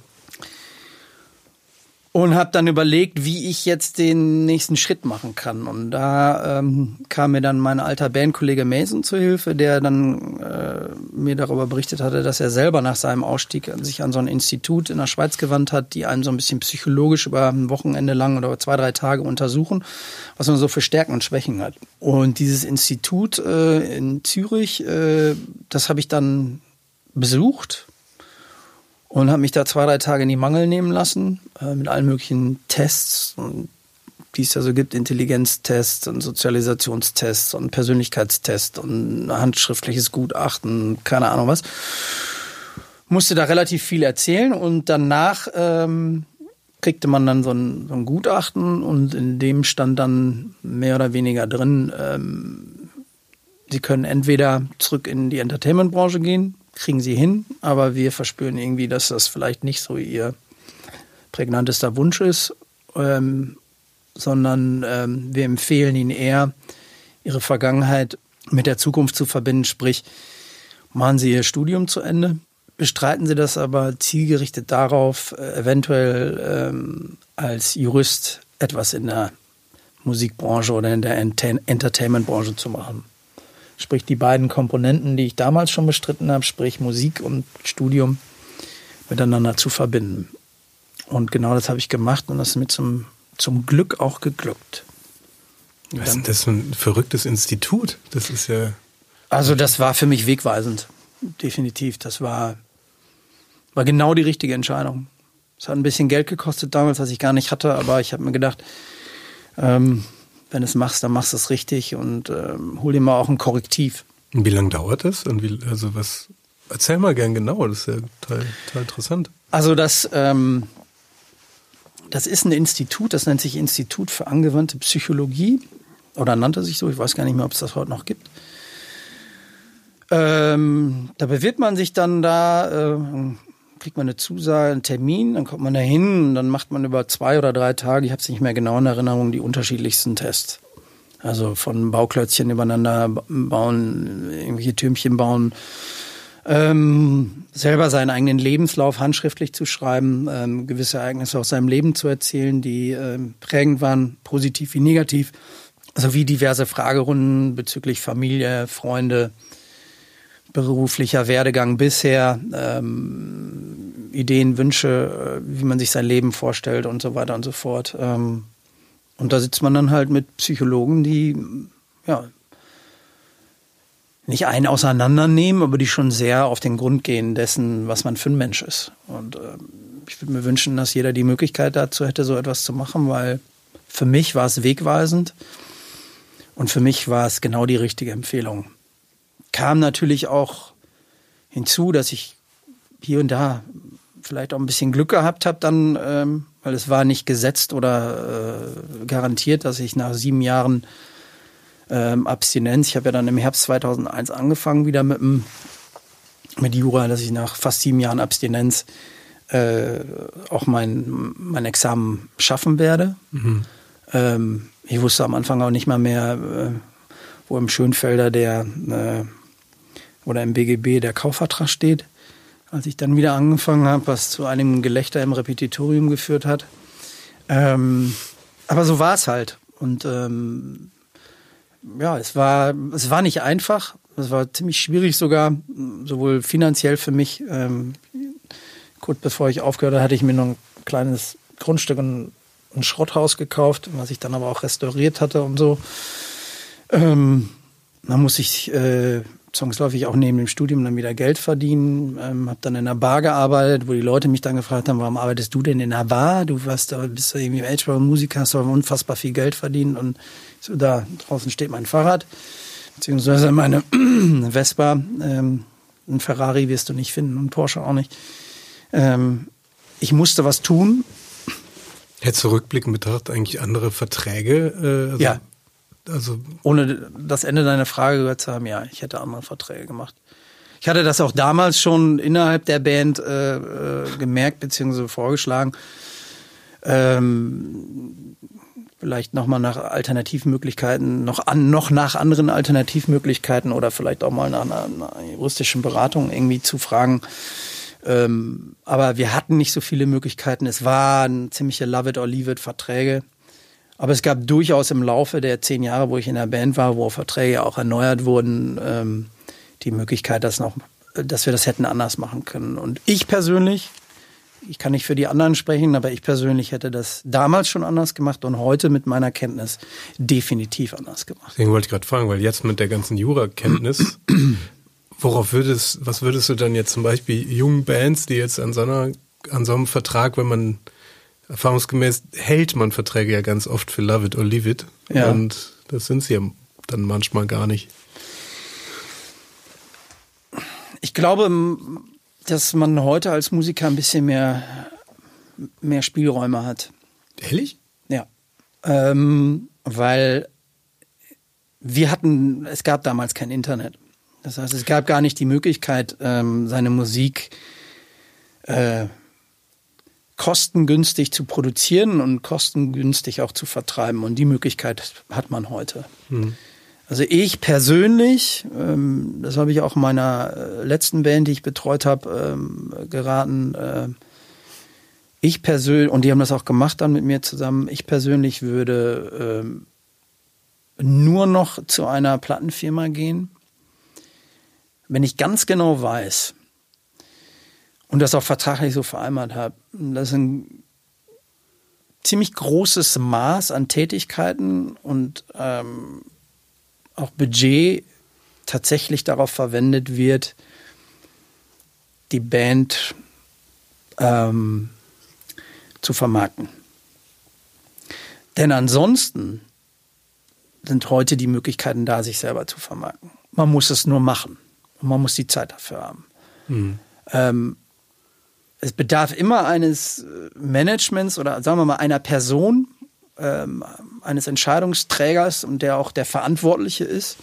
Und habe dann überlegt, wie ich jetzt den nächsten Schritt machen kann. Und da kam mir dann mein alter Bandkollege Mason zu Hilfe, der dann mir darüber berichtet hatte, dass er selber nach seinem Ausstieg sich an so ein Institut in der Schweiz gewandt hat, die einen so ein bisschen psychologisch über ein Wochenende lang oder 2-3 Tage untersuchen, was man so für Stärken und Schwächen hat. Und dieses Institut in Zürich, das habe ich dann besucht. Und habe mich da 2-3 Tage in die Mangel nehmen lassen, mit allen möglichen Tests, die es ja so gibt, Intelligenztests und Sozialisationstests und Persönlichkeitstests und handschriftliches Gutachten, keine Ahnung was. Musste da relativ viel erzählen und danach kriegte man dann so ein Gutachten und in dem stand dann mehr oder weniger drin, Sie können entweder zurück in die Entertainment-Branche gehen, kriegen sie hin, aber wir verspüren irgendwie, dass das vielleicht nicht so ihr prägnantester Wunsch ist, sondern wir empfehlen ihnen eher, ihre Vergangenheit mit der Zukunft zu verbinden, sprich, machen sie ihr Studium zu Ende, bestreiten sie das aber zielgerichtet darauf, eventuell als Jurist etwas in der Musikbranche oder in der Entertainment-Branche zu machen. Sprich, die beiden Komponenten, die ich damals schon bestritten habe, sprich Musik und Studium, miteinander zu verbinden. Und genau das habe ich gemacht und das ist mir zum Glück auch geglückt. Was ist denn das für ein verrücktes Institut? Das ist ja... Also das war für mich wegweisend, definitiv. Das war genau die richtige Entscheidung. Es hat ein bisschen Geld gekostet damals, was ich gar nicht hatte, aber ich habe mir gedacht, wenn du es machst, dann machst du es richtig und hol dir mal auch ein Korrektiv. Und wie lange dauert das? Und erzähl mal gern genau, das ist ja total interessant. Also das ist ein Institut, das nennt sich Institut für angewandte Psychologie oder nannte sich so, ich weiß gar nicht mehr, ob es das heute noch gibt. Da bewirbt man sich dann kriegt man eine Zusage, einen Termin, dann kommt man da hin und dann macht man über 2 oder 3 Tage, ich habe es nicht mehr genau in Erinnerung, die unterschiedlichsten Tests. Also von Bauklötzchen übereinander bauen, irgendwelche Türmchen bauen, selber seinen eigenen Lebenslauf handschriftlich zu schreiben, gewisse Ereignisse aus seinem Leben zu erzählen, die prägend waren, positiv wie negativ, sowie diverse Fragerunden bezüglich Familie, Freunde, beruflicher Werdegang bisher, Ideen, Wünsche, wie man sich sein Leben vorstellt und so weiter und so fort. Und da sitzt man dann halt mit Psychologen, die nicht einen auseinandernehmen, aber die schon sehr auf den Grund gehen dessen, was man für ein Mensch ist. Und ich würde mir wünschen, dass jeder die Möglichkeit dazu hätte, so etwas zu machen, weil für mich war es wegweisend und für mich war es genau die richtige Empfehlung. Kam natürlich auch hinzu, dass ich hier und da vielleicht auch ein bisschen Glück gehabt habe dann, weil es war nicht gesetzt oder garantiert, dass ich nach 7 Jahren Abstinenz, ich habe ja dann im Herbst 2001 angefangen wieder mit Jura, dass ich nach fast 7 Jahren Abstinenz auch mein Examen schaffen werde. Mhm. Ich wusste am Anfang auch nicht mal mehr, wo im Schönfelder oder im BGB der Kaufvertrag steht. Als ich dann wieder angefangen habe, was zu einem Gelächter im Repetitorium geführt hat. Aber so war es halt. Und es war nicht einfach. Es war ziemlich schwierig sogar, sowohl finanziell für mich. Kurz bevor ich aufgehört habe, hatte ich mir noch ein kleines Grundstück und ein Schrotthaus gekauft, was ich dann aber auch restauriert hatte und so. Da muss ich zwangsläufig auch neben dem Studium dann wieder Geld verdienen. Habe dann in einer Bar gearbeitet, wo die Leute mich dann gefragt haben, warum arbeitest du denn in einer Bar? Du bist da irgendwie Musiker, hast aber unfassbar viel Geld verdient. Und so, da draußen steht mein Fahrrad, beziehungsweise meine Vespa. Ein Ferrari wirst du nicht finden und Porsche auch nicht. Ich musste was tun. Hättest du rückblickend betrachtet eigentlich andere Verträge? Ja. Also ohne das Ende deiner Frage gehört zu haben, ja, ich hätte andere Verträge gemacht. Ich hatte das auch damals schon innerhalb der Band gemerkt bzw. vorgeschlagen. Vielleicht nochmal nach Alternativmöglichkeiten, noch nach anderen Alternativmöglichkeiten oder vielleicht auch mal nach einer juristischen Beratung irgendwie zu fragen. Aber wir hatten nicht so viele Möglichkeiten. Es waren ziemliche Love-it-or-leave-it-Verträge. Aber es gab durchaus im Laufe der 10 Jahre, wo ich in der Band war, wo Verträge auch erneuert wurden, die Möglichkeit, dass wir das hätten anders machen können. Und ich persönlich, ich kann nicht für die anderen sprechen, aber ich persönlich hätte das damals schon anders gemacht und heute mit meiner Kenntnis definitiv anders gemacht. Deswegen wollte ich gerade fragen, weil jetzt mit der ganzen Jura-Kenntnis, was würdest du dann jetzt zum Beispiel jungen Bands, die jetzt an so einem Vertrag, wenn man erfahrungsgemäß hält man Verträge ja ganz oft für Love it or leave it. Ja. Und das sind sie ja dann manchmal gar nicht. Ich glaube, dass man heute als Musiker ein bisschen mehr Spielräume hat. Ehrlich? Ja. Weil es gab damals kein Internet. Das heißt, es gab gar nicht die Möglichkeit, seine Musik kostengünstig zu produzieren und kostengünstig auch zu vertreiben. Und die Möglichkeit hat man heute. Mhm. Also ich persönlich, das habe ich auch meiner letzten Band, die ich betreut habe, geraten, ich persönlich, und die haben das auch gemacht dann mit mir zusammen, ich persönlich würde nur noch zu einer Plattenfirma gehen, wenn ich ganz genau weiß, und das auch vertraglich so vereinbart habe, dass ein ziemlich großes Maß an Tätigkeiten und auch Budget tatsächlich darauf verwendet wird, die Band zu vermarkten. Denn ansonsten sind heute die Möglichkeiten da, sich selber zu vermarkten. Man muss es nur machen und man muss die Zeit dafür haben. Mhm. Es bedarf immer eines Managements oder sagen wir mal einer Person, eines Entscheidungsträgers und der auch der Verantwortliche ist,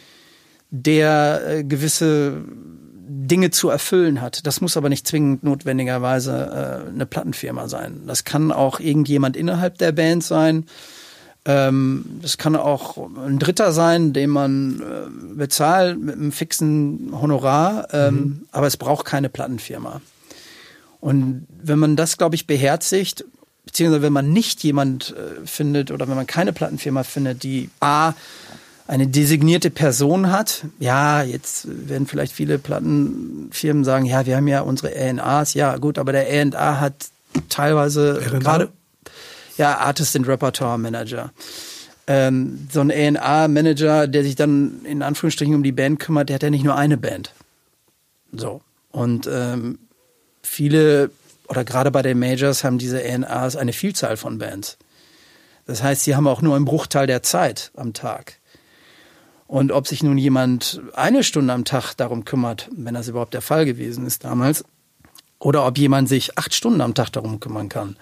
der gewisse Dinge zu erfüllen hat. Das muss aber nicht zwingend notwendigerweise eine Plattenfirma sein. Das kann auch irgendjemand innerhalb der Band sein. Das kann auch ein Dritter sein, den man bezahlt mit einem fixen Honorar, aber es braucht keine Plattenfirma. Und wenn man das, glaube ich, beherzigt, beziehungsweise wenn man nicht jemand findet oder wenn man keine Plattenfirma findet, die eine designierte Person hat, ja, jetzt werden vielleicht viele Plattenfirmen sagen, ja, wir haben ja unsere A&Rs, ja gut, aber der A&R hat teilweise gerade Artist and Repertoire Manager. So ein A&R-Manager, der sich dann in Anführungsstrichen um die Band kümmert, der hat ja nicht nur eine Band. So. Und viele, oder gerade bei den Majors, haben diese A&Rs eine Vielzahl von Bands. Das heißt, sie haben auch nur einen Bruchteil der Zeit am Tag. Und ob sich nun jemand 1 Stunde am Tag darum kümmert, wenn das überhaupt der Fall gewesen ist damals, oder ob jemand sich 8 Stunden am Tag darum kümmern kann,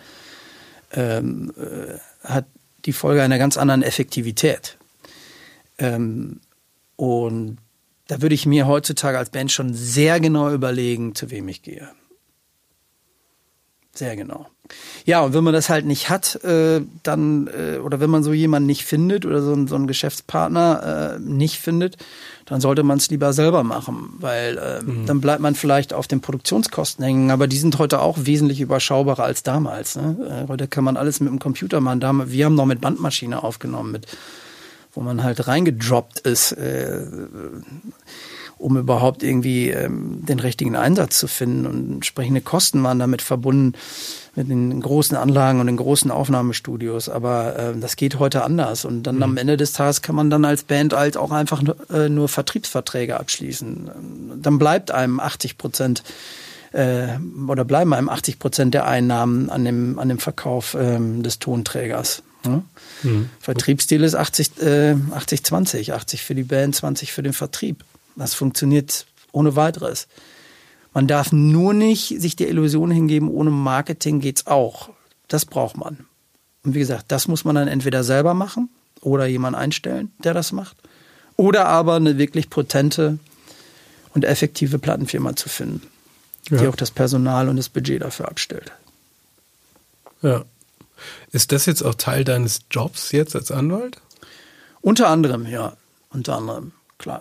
hat die Folge einer ganz anderen Effektivität. Und da würde ich mir heutzutage als Band schon sehr genau überlegen, zu wem ich gehe. Sehr genau. Ja, und wenn man das halt nicht hat, dann, oder wenn man so jemanden nicht findet oder so einen Geschäftspartner nicht findet, dann sollte man es lieber selber machen, weil dann bleibt man vielleicht auf den Produktionskosten hängen, aber die sind heute auch wesentlich überschaubarer als damals. Ne? Heute kann man alles mit dem Computer machen. Wir haben noch mit Bandmaschine aufgenommen, wo man halt reingedroppt ist, um überhaupt irgendwie den richtigen Einsatz zu finden. Und entsprechende Kosten waren damit verbunden mit den großen Anlagen und den großen Aufnahmestudios. Aber das geht heute anders. Und dann am Ende des Tages kann man dann als Band halt auch einfach nur Vertriebsverträge abschließen. Dann bleibt einem 80% oder bleiben einem 80% der Einnahmen an dem Verkauf des Tonträgers. Ja? Vertriebsstil ist 80-20. 80 für die Band, 20 für den Vertrieb. Das funktioniert ohne weiteres. Man darf nur nicht sich der Illusion hingeben, ohne Marketing geht's auch. Das braucht man. Und wie gesagt, das muss man dann entweder selber machen oder jemanden einstellen, der das macht. Oder aber eine wirklich potente und effektive Plattenfirma zu finden, die auch das Personal und das Budget dafür abstellt. Ja. Ist das jetzt auch Teil deines Jobs jetzt als Anwalt? Unter anderem, ja. Unter anderem, klar.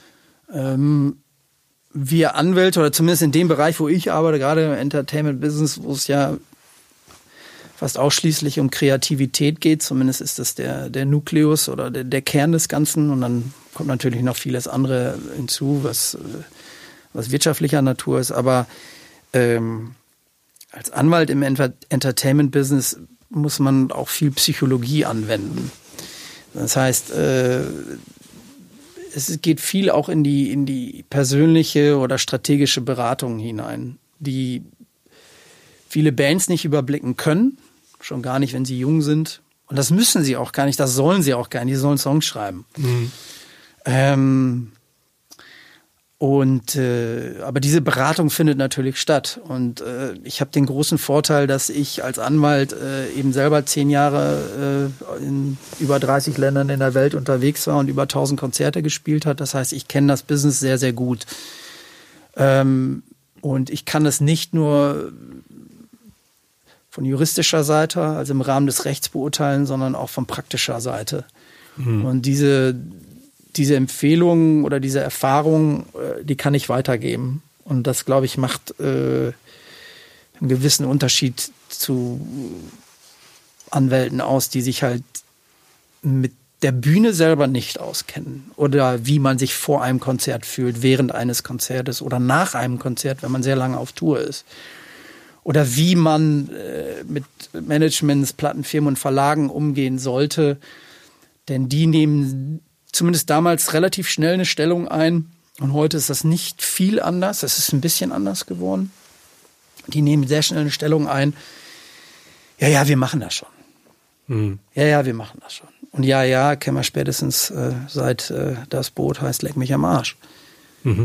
Wir Anwälte, oder zumindest in dem Bereich, wo ich arbeite, gerade im Entertainment-Business, wo es ja fast ausschließlich um Kreativität geht, zumindest ist das der Nukleus oder der Kern des Ganzen, und dann kommt natürlich noch vieles andere hinzu, was wirtschaftlicher Natur ist, aber als Anwalt im Entertainment-Business muss man auch viel Psychologie anwenden. Das heißt, es geht viel auch in die persönliche oder strategische Beratung hinein, die viele Bands nicht überblicken können, schon gar nicht, wenn sie jung sind. Und das müssen sie auch gar nicht, das sollen sie auch gar nicht, die sollen Songs schreiben. Aber diese Beratung findet natürlich statt. Und ich habe den großen Vorteil, dass ich als Anwalt eben selber 10 Jahre in über 30 Ländern in der Welt unterwegs war und über 1000 Konzerte gespielt hat. Das heißt, ich kenne das Business sehr, sehr gut. Und ich kann es nicht nur von juristischer Seite, also im Rahmen des Rechts beurteilen, sondern auch von praktischer Seite. Und diese Empfehlungen oder diese Erfahrung, die kann ich weitergeben. Und das, glaube ich, macht einen gewissen Unterschied zu Anwälten aus, die sich halt mit der Bühne selber nicht auskennen. Oder wie man sich vor einem Konzert fühlt, während eines Konzertes oder nach einem Konzert, wenn man sehr lange auf Tour ist. Oder wie man mit Managements, Plattenfirmen und Verlagen umgehen sollte. Denn die nehmen zumindest damals relativ schnell eine Stellung ein. Und heute ist das nicht viel anders. Es ist ein bisschen anders geworden. Die nehmen sehr schnell eine Stellung ein. Ja, wir machen das schon. Ja, wir machen das schon. Und ja, kennen wir spätestens seit das Boot heißt Leck mich am Arsch. Ne?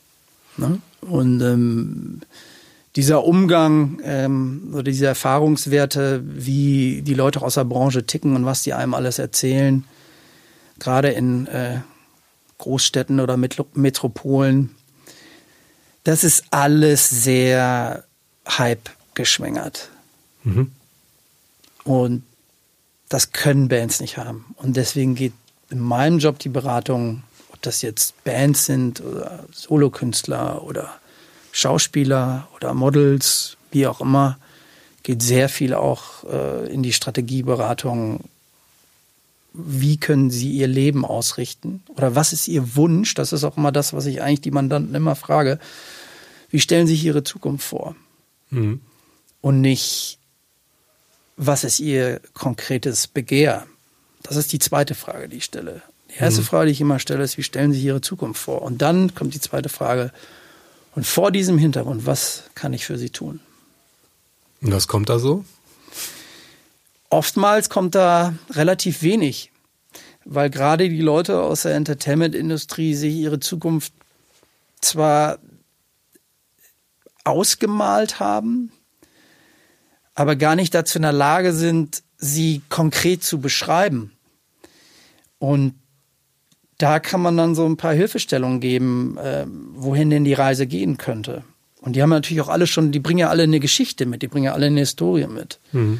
Und dieser Umgang oder diese Erfahrungswerte, wie die Leute aus der Branche ticken und was die einem alles erzählen, gerade in Großstädten oder Metropolen, das ist alles sehr Hype geschwängert. Und das können Bands nicht haben. Und deswegen geht in meinem Job die Beratung, ob das jetzt Bands sind oder Solokünstler oder Schauspieler oder Models, wie auch immer, geht sehr viel auch in die Strategieberatung. Wie können sie ihr Leben ausrichten? Oder was ist ihr Wunsch? Das ist auch immer das, was ich eigentlich die Mandanten immer frage. Wie stellen sie sich ihre Zukunft vor? Und nicht, was ist ihr konkretes Begehr? Das ist die zweite Frage, die ich stelle. Die erste Frage, die ich immer stelle, ist, wie stellen Sie sich Ihre Zukunft vor? Und dann kommt die zweite Frage, und vor diesem Hintergrund, was kann ich für Sie tun? Und was kommt da so? Oftmals kommt da relativ wenig, weil gerade die Leute aus der Entertainment-Industrie sich ihre Zukunft zwar ausgemalt haben, aber gar nicht dazu in der Lage sind, sie konkret zu beschreiben. Und da kann man dann so ein paar Hilfestellungen geben, wohin denn die Reise gehen könnte. Und die haben natürlich auch alle schon, die bringen ja alle eine Geschichte mit, die bringen ja alle eine Historie mit.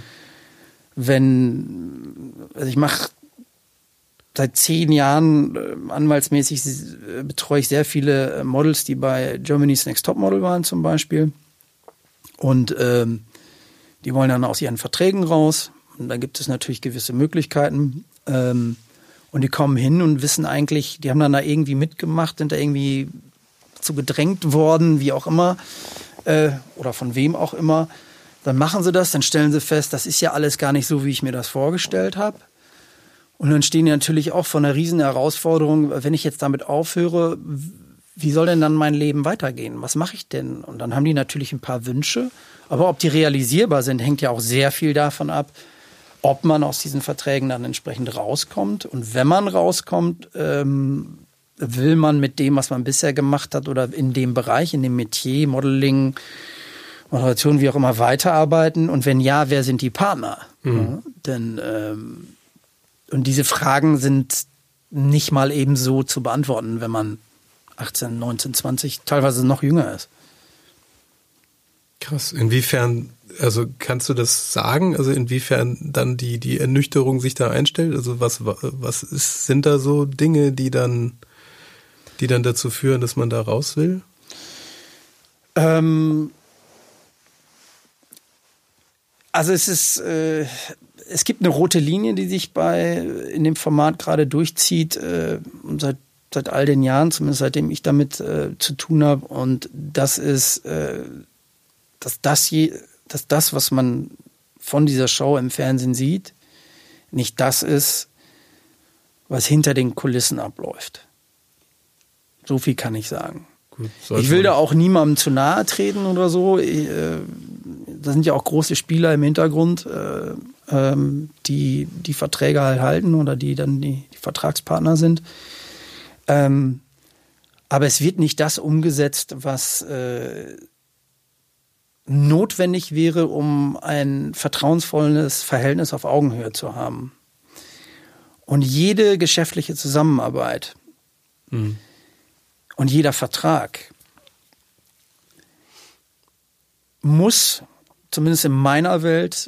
Also ich mache seit 10 Jahren anwaltsmäßig, betreue ich sehr viele Models, die bei Germany's Next Topmodel waren zum Beispiel. Und die wollen dann aus ihren Verträgen raus. Und da gibt es natürlich gewisse Möglichkeiten. Und die kommen hin und wissen eigentlich, die haben dann da irgendwie mitgemacht, sind da irgendwie zu gedrängt worden, wie auch immer, oder von wem auch immer. Dann machen sie das, dann stellen sie fest, das ist ja alles gar nicht so, wie ich mir das vorgestellt habe. Und dann stehen die natürlich auch vor einer riesen Herausforderung, wenn ich jetzt damit aufhöre, wie soll denn dann mein Leben weitergehen? Was mache ich denn? Und dann haben die natürlich ein paar Wünsche, aber ob die realisierbar sind, hängt ja auch sehr viel davon ab, ob man aus diesen Verträgen dann entsprechend rauskommt. Und wenn man rauskommt, will man mit dem, was man bisher gemacht hat oder in dem Bereich, in dem Metier, Modeling, Moderation, wie auch immer, weiterarbeiten? Und wenn ja, wer sind die Partner? Ja, denn und diese Fragen sind nicht mal eben so zu beantworten, wenn man 18, 19, 20, teilweise noch jünger ist. Krass. Inwiefern, also kannst du das sagen? Also inwiefern dann die Ernüchterung sich da einstellt? Also sind da so Dinge, die dann dazu führen, dass man da raus will? Also es gibt eine rote Linie, die sich in dem Format gerade durchzieht, seit all den Jahren, zumindest seitdem ich damit zu tun habe. Und das ist, dass das, was man von dieser Show im Fernsehen sieht, nicht das ist, was hinter den Kulissen abläuft. So viel kann ich sagen. Gut, ich will da auch niemandem zu nahe treten oder so. Da sind ja auch große Spieler im Hintergrund, die Verträge halt halten oder die dann die Vertragspartner sind. Aber es wird nicht das umgesetzt, was notwendig wäre, um ein vertrauensvolles Verhältnis auf Augenhöhe zu haben. Und jede geschäftliche Zusammenarbeit und jeder Vertrag muss, zumindest in meiner Welt,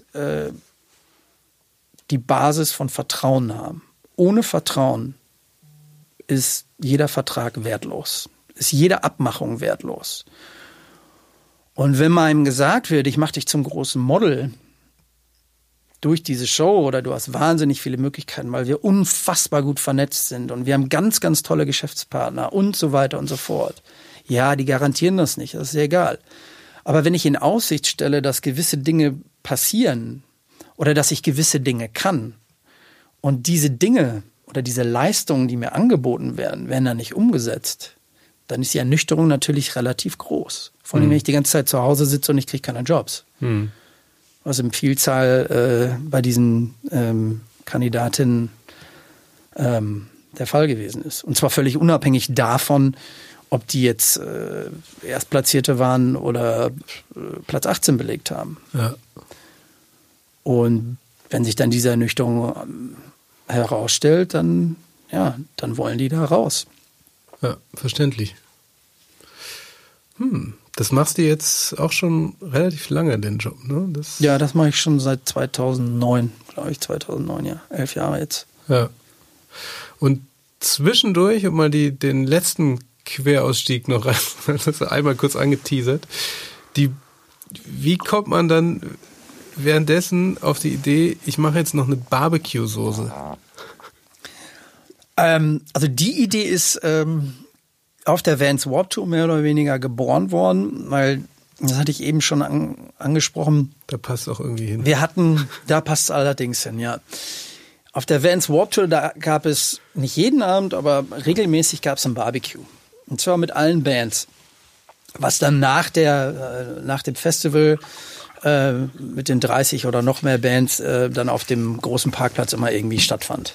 die Basis von Vertrauen haben. Ohne Vertrauen ist jeder Vertrag wertlos, ist jede Abmachung wertlos. Und wenn einem gesagt wird, ich mache dich zum großen Model durch diese Show oder du hast wahnsinnig viele Möglichkeiten, weil wir unfassbar gut vernetzt sind und wir haben ganz, ganz tolle Geschäftspartner und so weiter und so fort. Ja, die garantieren das nicht, das ist ja egal. Aber wenn ich in Aussicht stelle, dass gewisse Dinge passieren oder dass ich gewisse Dinge kann und diese Dinge oder diese Leistungen, die mir angeboten werden dann nicht umgesetzt, dann ist die Ernüchterung natürlich relativ groß. Vor allem, wenn ich die ganze Zeit zu Hause sitze und ich kriege keine Jobs. Was in Vielzahl bei diesen Kandidatinnen der Fall gewesen ist. Und zwar völlig unabhängig davon, ob die jetzt Erstplatzierte waren oder Platz 18 belegt haben. Ja. Und wenn sich dann diese Ernüchterung herausstellt, dann wollen die da raus. Ja, verständlich. Das machst du jetzt auch schon relativ lange, den Job, ne? Das mache ich schon seit 2009, glaube ich, 2009, ja. 11 Jahre jetzt. Ja. Und zwischendurch, um mal den letzten Querausstieg noch rein, das einmal kurz angeteasert, wie kommt man dann währenddessen auf die Idee, ich mache jetzt noch eine Barbecue-Soße? Also die Idee ist auf der Vans Warped Tour mehr oder weniger geboren worden, weil, das hatte ich eben schon angesprochen. Da passt auch irgendwie hin. Da passt es allerdings hin, ja. auf der Vans Warped Tour, da gab es nicht jeden Abend, aber regelmäßig gab es ein Barbecue. Und zwar mit allen Bands. Was dann nach dem Festival mit den 30 oder noch mehr Bands dann auf dem großen Parkplatz immer irgendwie stattfand.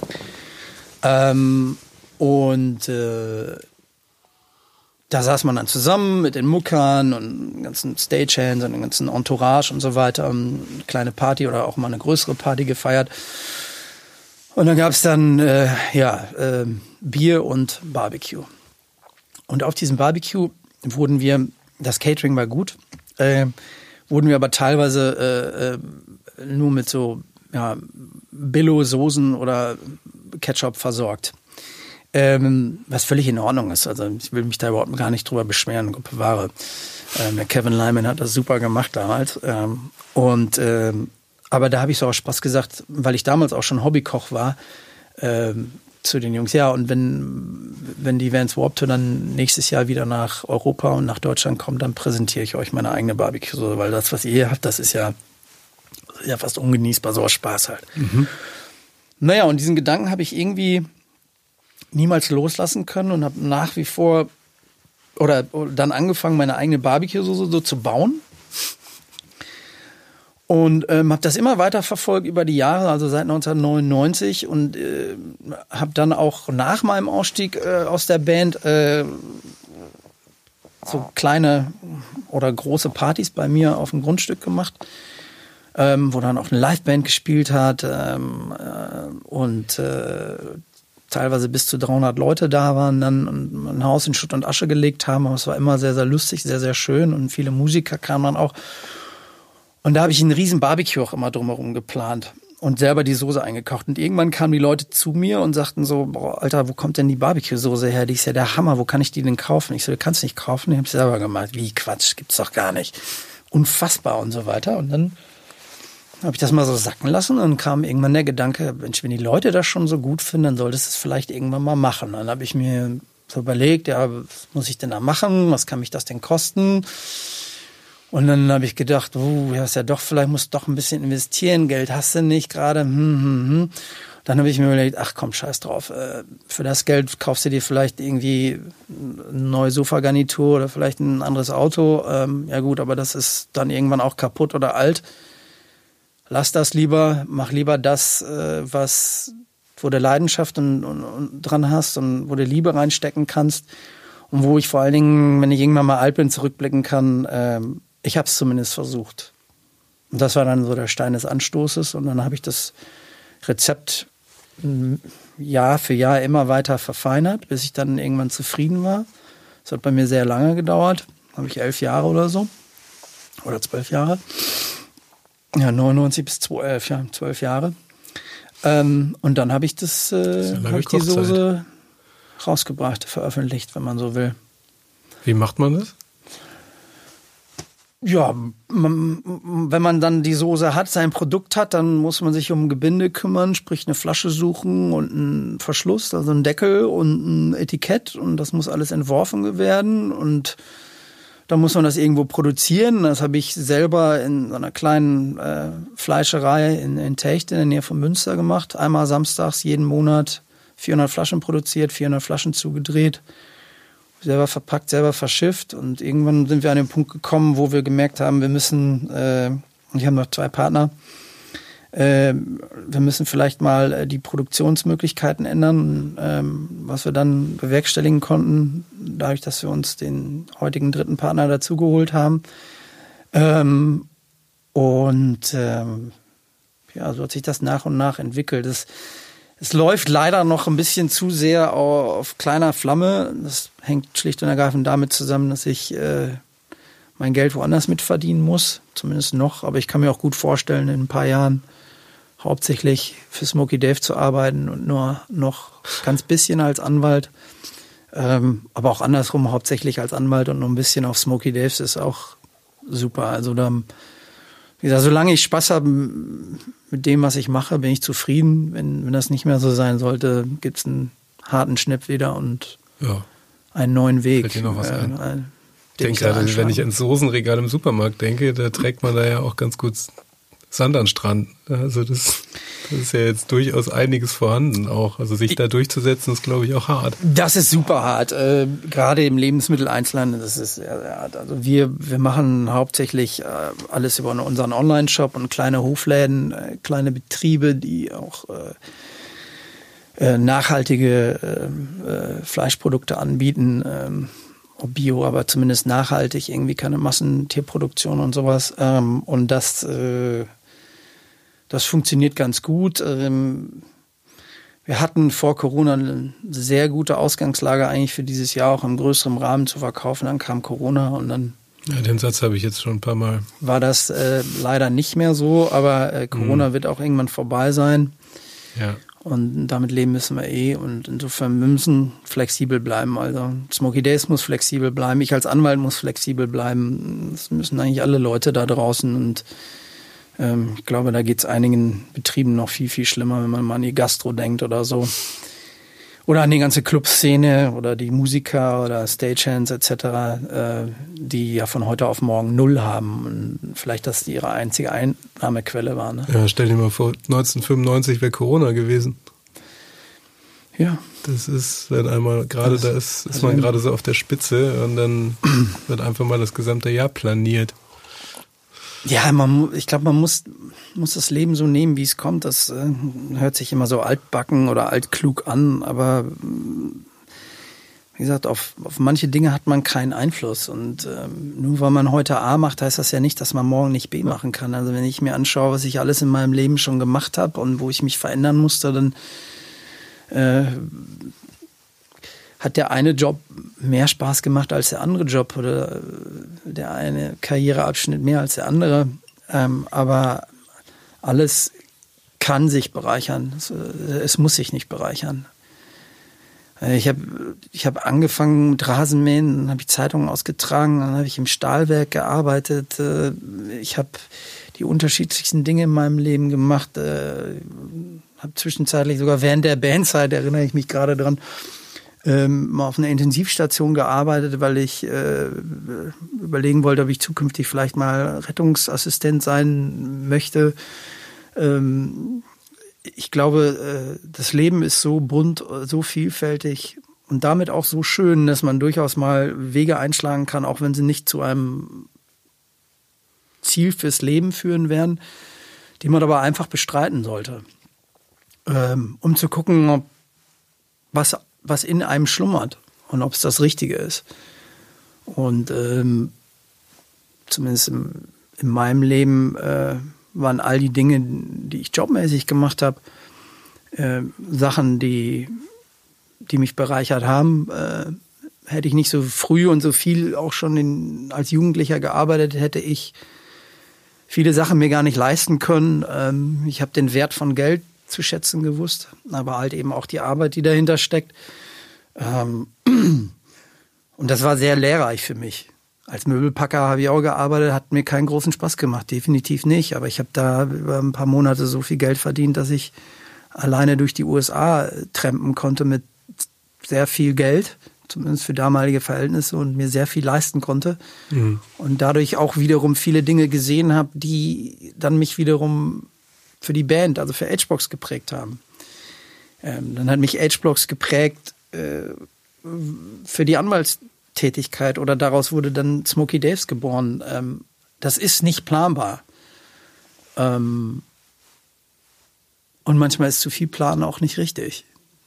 Da saß man dann zusammen mit den Muckern und den ganzen Stagehands und den ganzen Entourage und so weiter. Eine kleine Party oder auch mal eine größere Party gefeiert. Und dann gab es dann Bier und Barbecue. Und auf diesem Barbecue wurden wir, das Catering war gut, wurden wir aber teilweise nur mit so Billo-Soßen oder Ketchup versorgt. Was völlig in Ordnung ist. Also ich will mich da überhaupt gar nicht drüber beschweren. Gott bewahre. Der Kevin Lyman hat das super gemacht damals. Aber da habe ich so auch Spaß gesagt, weil ich damals auch schon Hobbykoch war, zu den Jungs. Ja, und wenn die Vans Warped Tour dann nächstes Jahr wieder nach Europa und nach Deutschland kommt, dann präsentiere ich euch meine eigene Barbecue-Soße, weil das, was ihr hier habt, das ist ja fast ungenießbar, so Spaß halt. Mhm. Naja, und diesen Gedanken habe ich irgendwie niemals loslassen können und habe nach wie vor oder dann angefangen, meine eigene Barbecue-Soße so zu bauen. Und habe das immer weiter verfolgt über die Jahre, also seit 1999 und habe dann auch nach meinem Ausstieg aus der Band so kleine oder große Partys bei mir auf dem Grundstück gemacht, wo dann auch eine Liveband gespielt hat und teilweise bis zu 300 Leute da waren, dann und ein Haus in Schutt und Asche gelegt haben. Aber es war immer sehr, sehr lustig, sehr, sehr schön und viele Musiker kamen dann auch. Und da habe ich einen riesen Barbecue auch immer drumherum geplant und selber die Soße eingekocht. Und irgendwann kamen die Leute zu mir und sagten so, boah, Alter, wo kommt denn die Barbecue-Soße her? Die ist ja der Hammer, wo kann ich die denn kaufen? Ich so, du kannst nicht kaufen, die habe ich selber gemacht. Wie, Quatsch, gibt's doch gar nicht. Unfassbar und so weiter. Und dann habe ich das mal so sacken lassen und kam irgendwann der Gedanke, Mensch, wenn die Leute das schon so gut finden, dann solltest du es vielleicht irgendwann mal machen. Dann habe ich mir so überlegt, ja, was muss ich denn da machen? Was kann mich das denn kosten? Und dann habe ich gedacht, ist ja doch, vielleicht musst du doch ein bisschen investieren, Geld hast du nicht gerade. Dann habe ich mir überlegt, ach komm, scheiß drauf. Für das Geld kaufst du dir vielleicht irgendwie eine neue Sofagarnitur oder vielleicht ein anderes Auto. Ja gut, aber das ist dann irgendwann auch kaputt oder alt. Lass das lieber, mach lieber das, wo du Leidenschaft und dran hast und wo du Liebe reinstecken kannst und wo ich vor allen Dingen, wenn ich irgendwann mal alt bin, zurückblicken kann, ich habe es zumindest versucht. Und das war dann so der Stein des Anstoßes und dann habe ich das Rezept Jahr für Jahr immer weiter verfeinert, bis ich dann irgendwann zufrieden war. Das hat bei mir sehr lange gedauert, habe ich 11 Jahre oder so oder 12 Jahre. Ja, 99 bis 2011, ja, 12 Jahre. Und dann habe ich die Soße rausgebracht, veröffentlicht, wenn man so will. Wie macht man das? Ja, wenn man dann die Soße hat, sein Produkt hat, dann muss man sich um ein Gebinde kümmern, sprich eine Flasche suchen und einen Verschluss, also einen Deckel und ein Etikett und das muss alles entworfen werden und da muss man das irgendwo produzieren. Das habe ich selber in so einer kleinen Fleischerei in Techt in der Nähe von Münster gemacht. Einmal samstags jeden Monat 400 Flaschen produziert, 400 Flaschen zugedreht, selber verpackt, selber verschifft. Und irgendwann sind wir an den Punkt gekommen, wo wir gemerkt haben, wir müssen, ich habe noch 2 Partner, wir müssen vielleicht mal die Produktionsmöglichkeiten ändern, was wir dann bewerkstelligen konnten, dadurch, dass wir uns den heutigen 3. Partner dazugeholt haben. So hat sich das nach und nach entwickelt. Es läuft leider noch ein bisschen zu sehr auf kleiner Flamme. Das hängt schlicht und ergreifend damit zusammen, dass ich mein Geld woanders mitverdienen muss, zumindest noch. Aber ich kann mir auch gut vorstellen, in ein paar Jahren hauptsächlich für Smokey Dave zu arbeiten und nur noch ganz bisschen als Anwalt. Aber auch andersrum hauptsächlich als Anwalt und nur ein bisschen auf Smokey Daves ist auch super. Also da, wie gesagt, solange ich Spaß habe mit dem, was ich mache, bin ich zufrieden. Wenn das nicht mehr so sein sollte, gibt es einen harten Schnipp wieder und einen neuen Weg. Fällt dir noch was ein? Ich denke gerade, wenn ich ans Soßenregal im Supermarkt denke, da trägt man da ja auch ganz gut Sand an den Strand. Also das Das ist ja jetzt durchaus einiges vorhanden auch. Also sich da durchzusetzen, ist, glaube ich, auch hart. Das ist super hart. Gerade im Lebensmitteleinzelhandel, das ist sehr, sehr hart. Also wir machen hauptsächlich alles über unseren Online-Shop und kleine Hofläden, kleine Betriebe, die auch nachhaltige Fleischprodukte anbieten. Bio, aber zumindest nachhaltig, irgendwie keine Massentierproduktion und sowas. Und das funktioniert ganz gut. Wir hatten vor Corona eine sehr gute Ausgangslage eigentlich für dieses Jahr auch im größeren Rahmen zu verkaufen. Dann kam Corona und dann... Ja, den Satz habe ich jetzt schon ein paar Mal. War das leider nicht mehr so, aber Corona wird auch irgendwann vorbei sein. Ja. Und damit leben müssen wir und insofern wir müssen flexibel bleiben. Also Smoky Days muss flexibel bleiben, ich als Anwalt muss flexibel bleiben. Das müssen eigentlich alle Leute da draußen und ich glaube, da geht es einigen Betrieben noch viel, viel schlimmer, wenn man mal an die Gastro denkt oder so. Oder an die ganze Clubszene oder die Musiker oder Stagehands etc., die ja von heute auf morgen null haben und vielleicht das ihre einzige Einnahmequelle war. Ne? Ja, stell dir mal vor, 1995 wäre Corona gewesen. Ja. Das ist, wenn einmal gerade da ist man gerade so auf der Spitze und dann wird einfach mal das gesamte Jahr planiert. Ja, ich glaube, man muss das Leben so nehmen, wie es kommt. Das hört sich immer so altbacken oder altklug an, aber wie gesagt, auf manche Dinge hat man keinen Einfluss. Und nur weil man heute A macht, heißt das ja nicht, dass man morgen nicht B machen kann. Also wenn ich mir anschaue, was ich alles in meinem Leben schon gemacht habe und wo ich mich verändern musste, dann hat der eine Job mehr Spaß gemacht als der andere Job oder der eine Karriereabschnitt mehr als der andere. Aber alles kann sich bereichern. Es muss sich nicht bereichern. Ich hab angefangen mit Rasenmähen, dann habe ich Zeitungen ausgetragen, dann habe ich im Stahlwerk gearbeitet. Ich habe die unterschiedlichsten Dinge in meinem Leben gemacht. Habe zwischenzeitlich sogar während der Bandzeit, erinnere ich mich gerade dran, mal auf einer Intensivstation gearbeitet, weil ich überlegen wollte, ob ich zukünftig vielleicht mal Rettungsassistent sein möchte. Ich glaube, das Leben ist so bunt, so vielfältig und damit auch so schön, dass man durchaus mal Wege einschlagen kann, auch wenn sie nicht zu einem Ziel fürs Leben führen werden, die man aber einfach bestreiten sollte, um zu gucken, ob was in einem schlummert und ob es das Richtige ist. Und zumindest in meinem Leben waren all die Dinge, die ich jobmäßig gemacht habe, Sachen, die mich bereichert haben. Hätte ich nicht so früh und so viel auch schon als Jugendlicher gearbeitet, hätte ich viele Sachen mir gar nicht leisten können. Ich habe den Wert von Geld zu schätzen gewusst, aber halt eben auch die Arbeit, die dahinter steckt. Und das war sehr lehrreich für mich. Als Möbelpacker habe ich auch gearbeitet, hat mir keinen großen Spaß gemacht, definitiv nicht. Aber ich habe da über ein paar Monate so viel Geld verdient, dass ich alleine durch die USA trampen konnte mit sehr viel Geld, zumindest für damalige Verhältnisse, und mir sehr viel leisten konnte. Mhm. Und dadurch auch wiederum viele Dinge gesehen habe, die dann mich wiederum für die Band, also für H-Box geprägt haben. Dann hat mich H-Box geprägt für die Anwaltstätigkeit oder daraus wurde dann Smoky Days geboren. Das ist nicht planbar. Und manchmal ist zu viel Planen auch nicht richtig.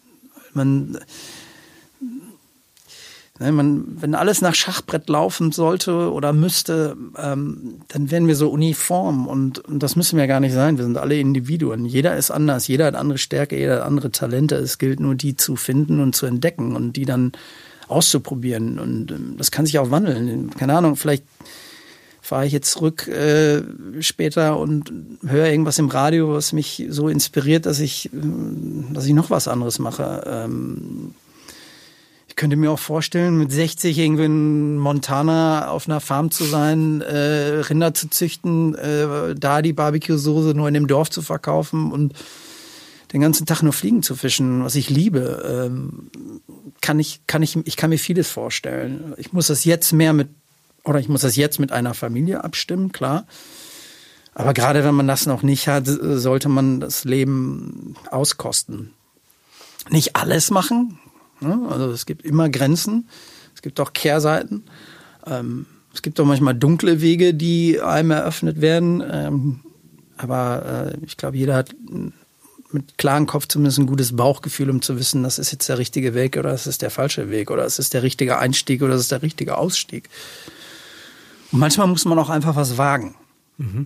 Wenn alles nach Schachbrett laufen sollte oder müsste, dann wären wir so uniform und das müssen wir gar nicht sein. Wir sind alle Individuen. Jeder ist anders, jeder hat andere Stärke, jeder hat andere Talente. Es gilt nur, die zu finden und zu entdecken und die dann auszuprobieren. Und das kann sich auch wandeln. Keine Ahnung, vielleicht fahre ich jetzt zurück später und höre irgendwas im Radio, was mich so inspiriert, dass ich noch was anderes mache. Ich könnte mir auch vorstellen, mit 60 irgendwie in Montana auf einer Farm zu sein, Rinder zu züchten, da die Barbecue-Soße nur in dem Dorf zu verkaufen und den ganzen Tag nur Fliegen zu fischen, was ich liebe. Ich kann mir vieles vorstellen. Ich muss das jetzt mit einer Familie abstimmen, klar. Aber gerade wenn man das noch nicht hat, sollte man das Leben auskosten. Nicht alles machen, ne? Also es gibt immer Grenzen, es gibt auch Kehrseiten. Es gibt auch manchmal dunkle Wege, die einem eröffnet werden. Aber ich glaube, jeder hat mit klarem Kopf zumindest ein gutes Bauchgefühl, um zu wissen, das ist jetzt der richtige Weg oder das ist der falsche Weg oder das ist der richtige Einstieg oder das ist der richtige Ausstieg. Und manchmal muss man auch einfach was wagen. Mhm.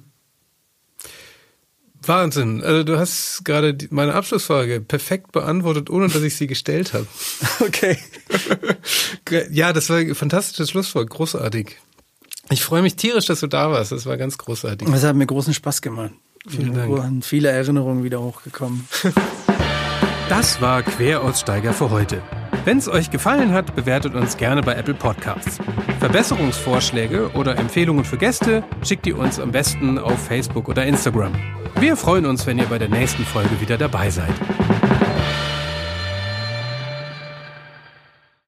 Wahnsinn. Also du hast gerade meine Abschlussfrage perfekt beantwortet, ohne dass ich sie gestellt habe. Okay. Ja, das war ein fantastisches Schlusswort. Großartig. Ich freue mich tierisch, dass du da warst. Das war ganz großartig. Das hat mir großen Spaß gemacht. Vielen Dank. Viele Erinnerungen wieder hochgekommen. Das war Queraussteiger für heute. Wenn es euch gefallen hat, bewertet uns gerne bei Apple Podcasts. Verbesserungsvorschläge oder Empfehlungen für Gäste schickt ihr uns am besten auf Facebook oder Instagram. Wir freuen uns, wenn ihr bei der nächsten Folge wieder dabei seid.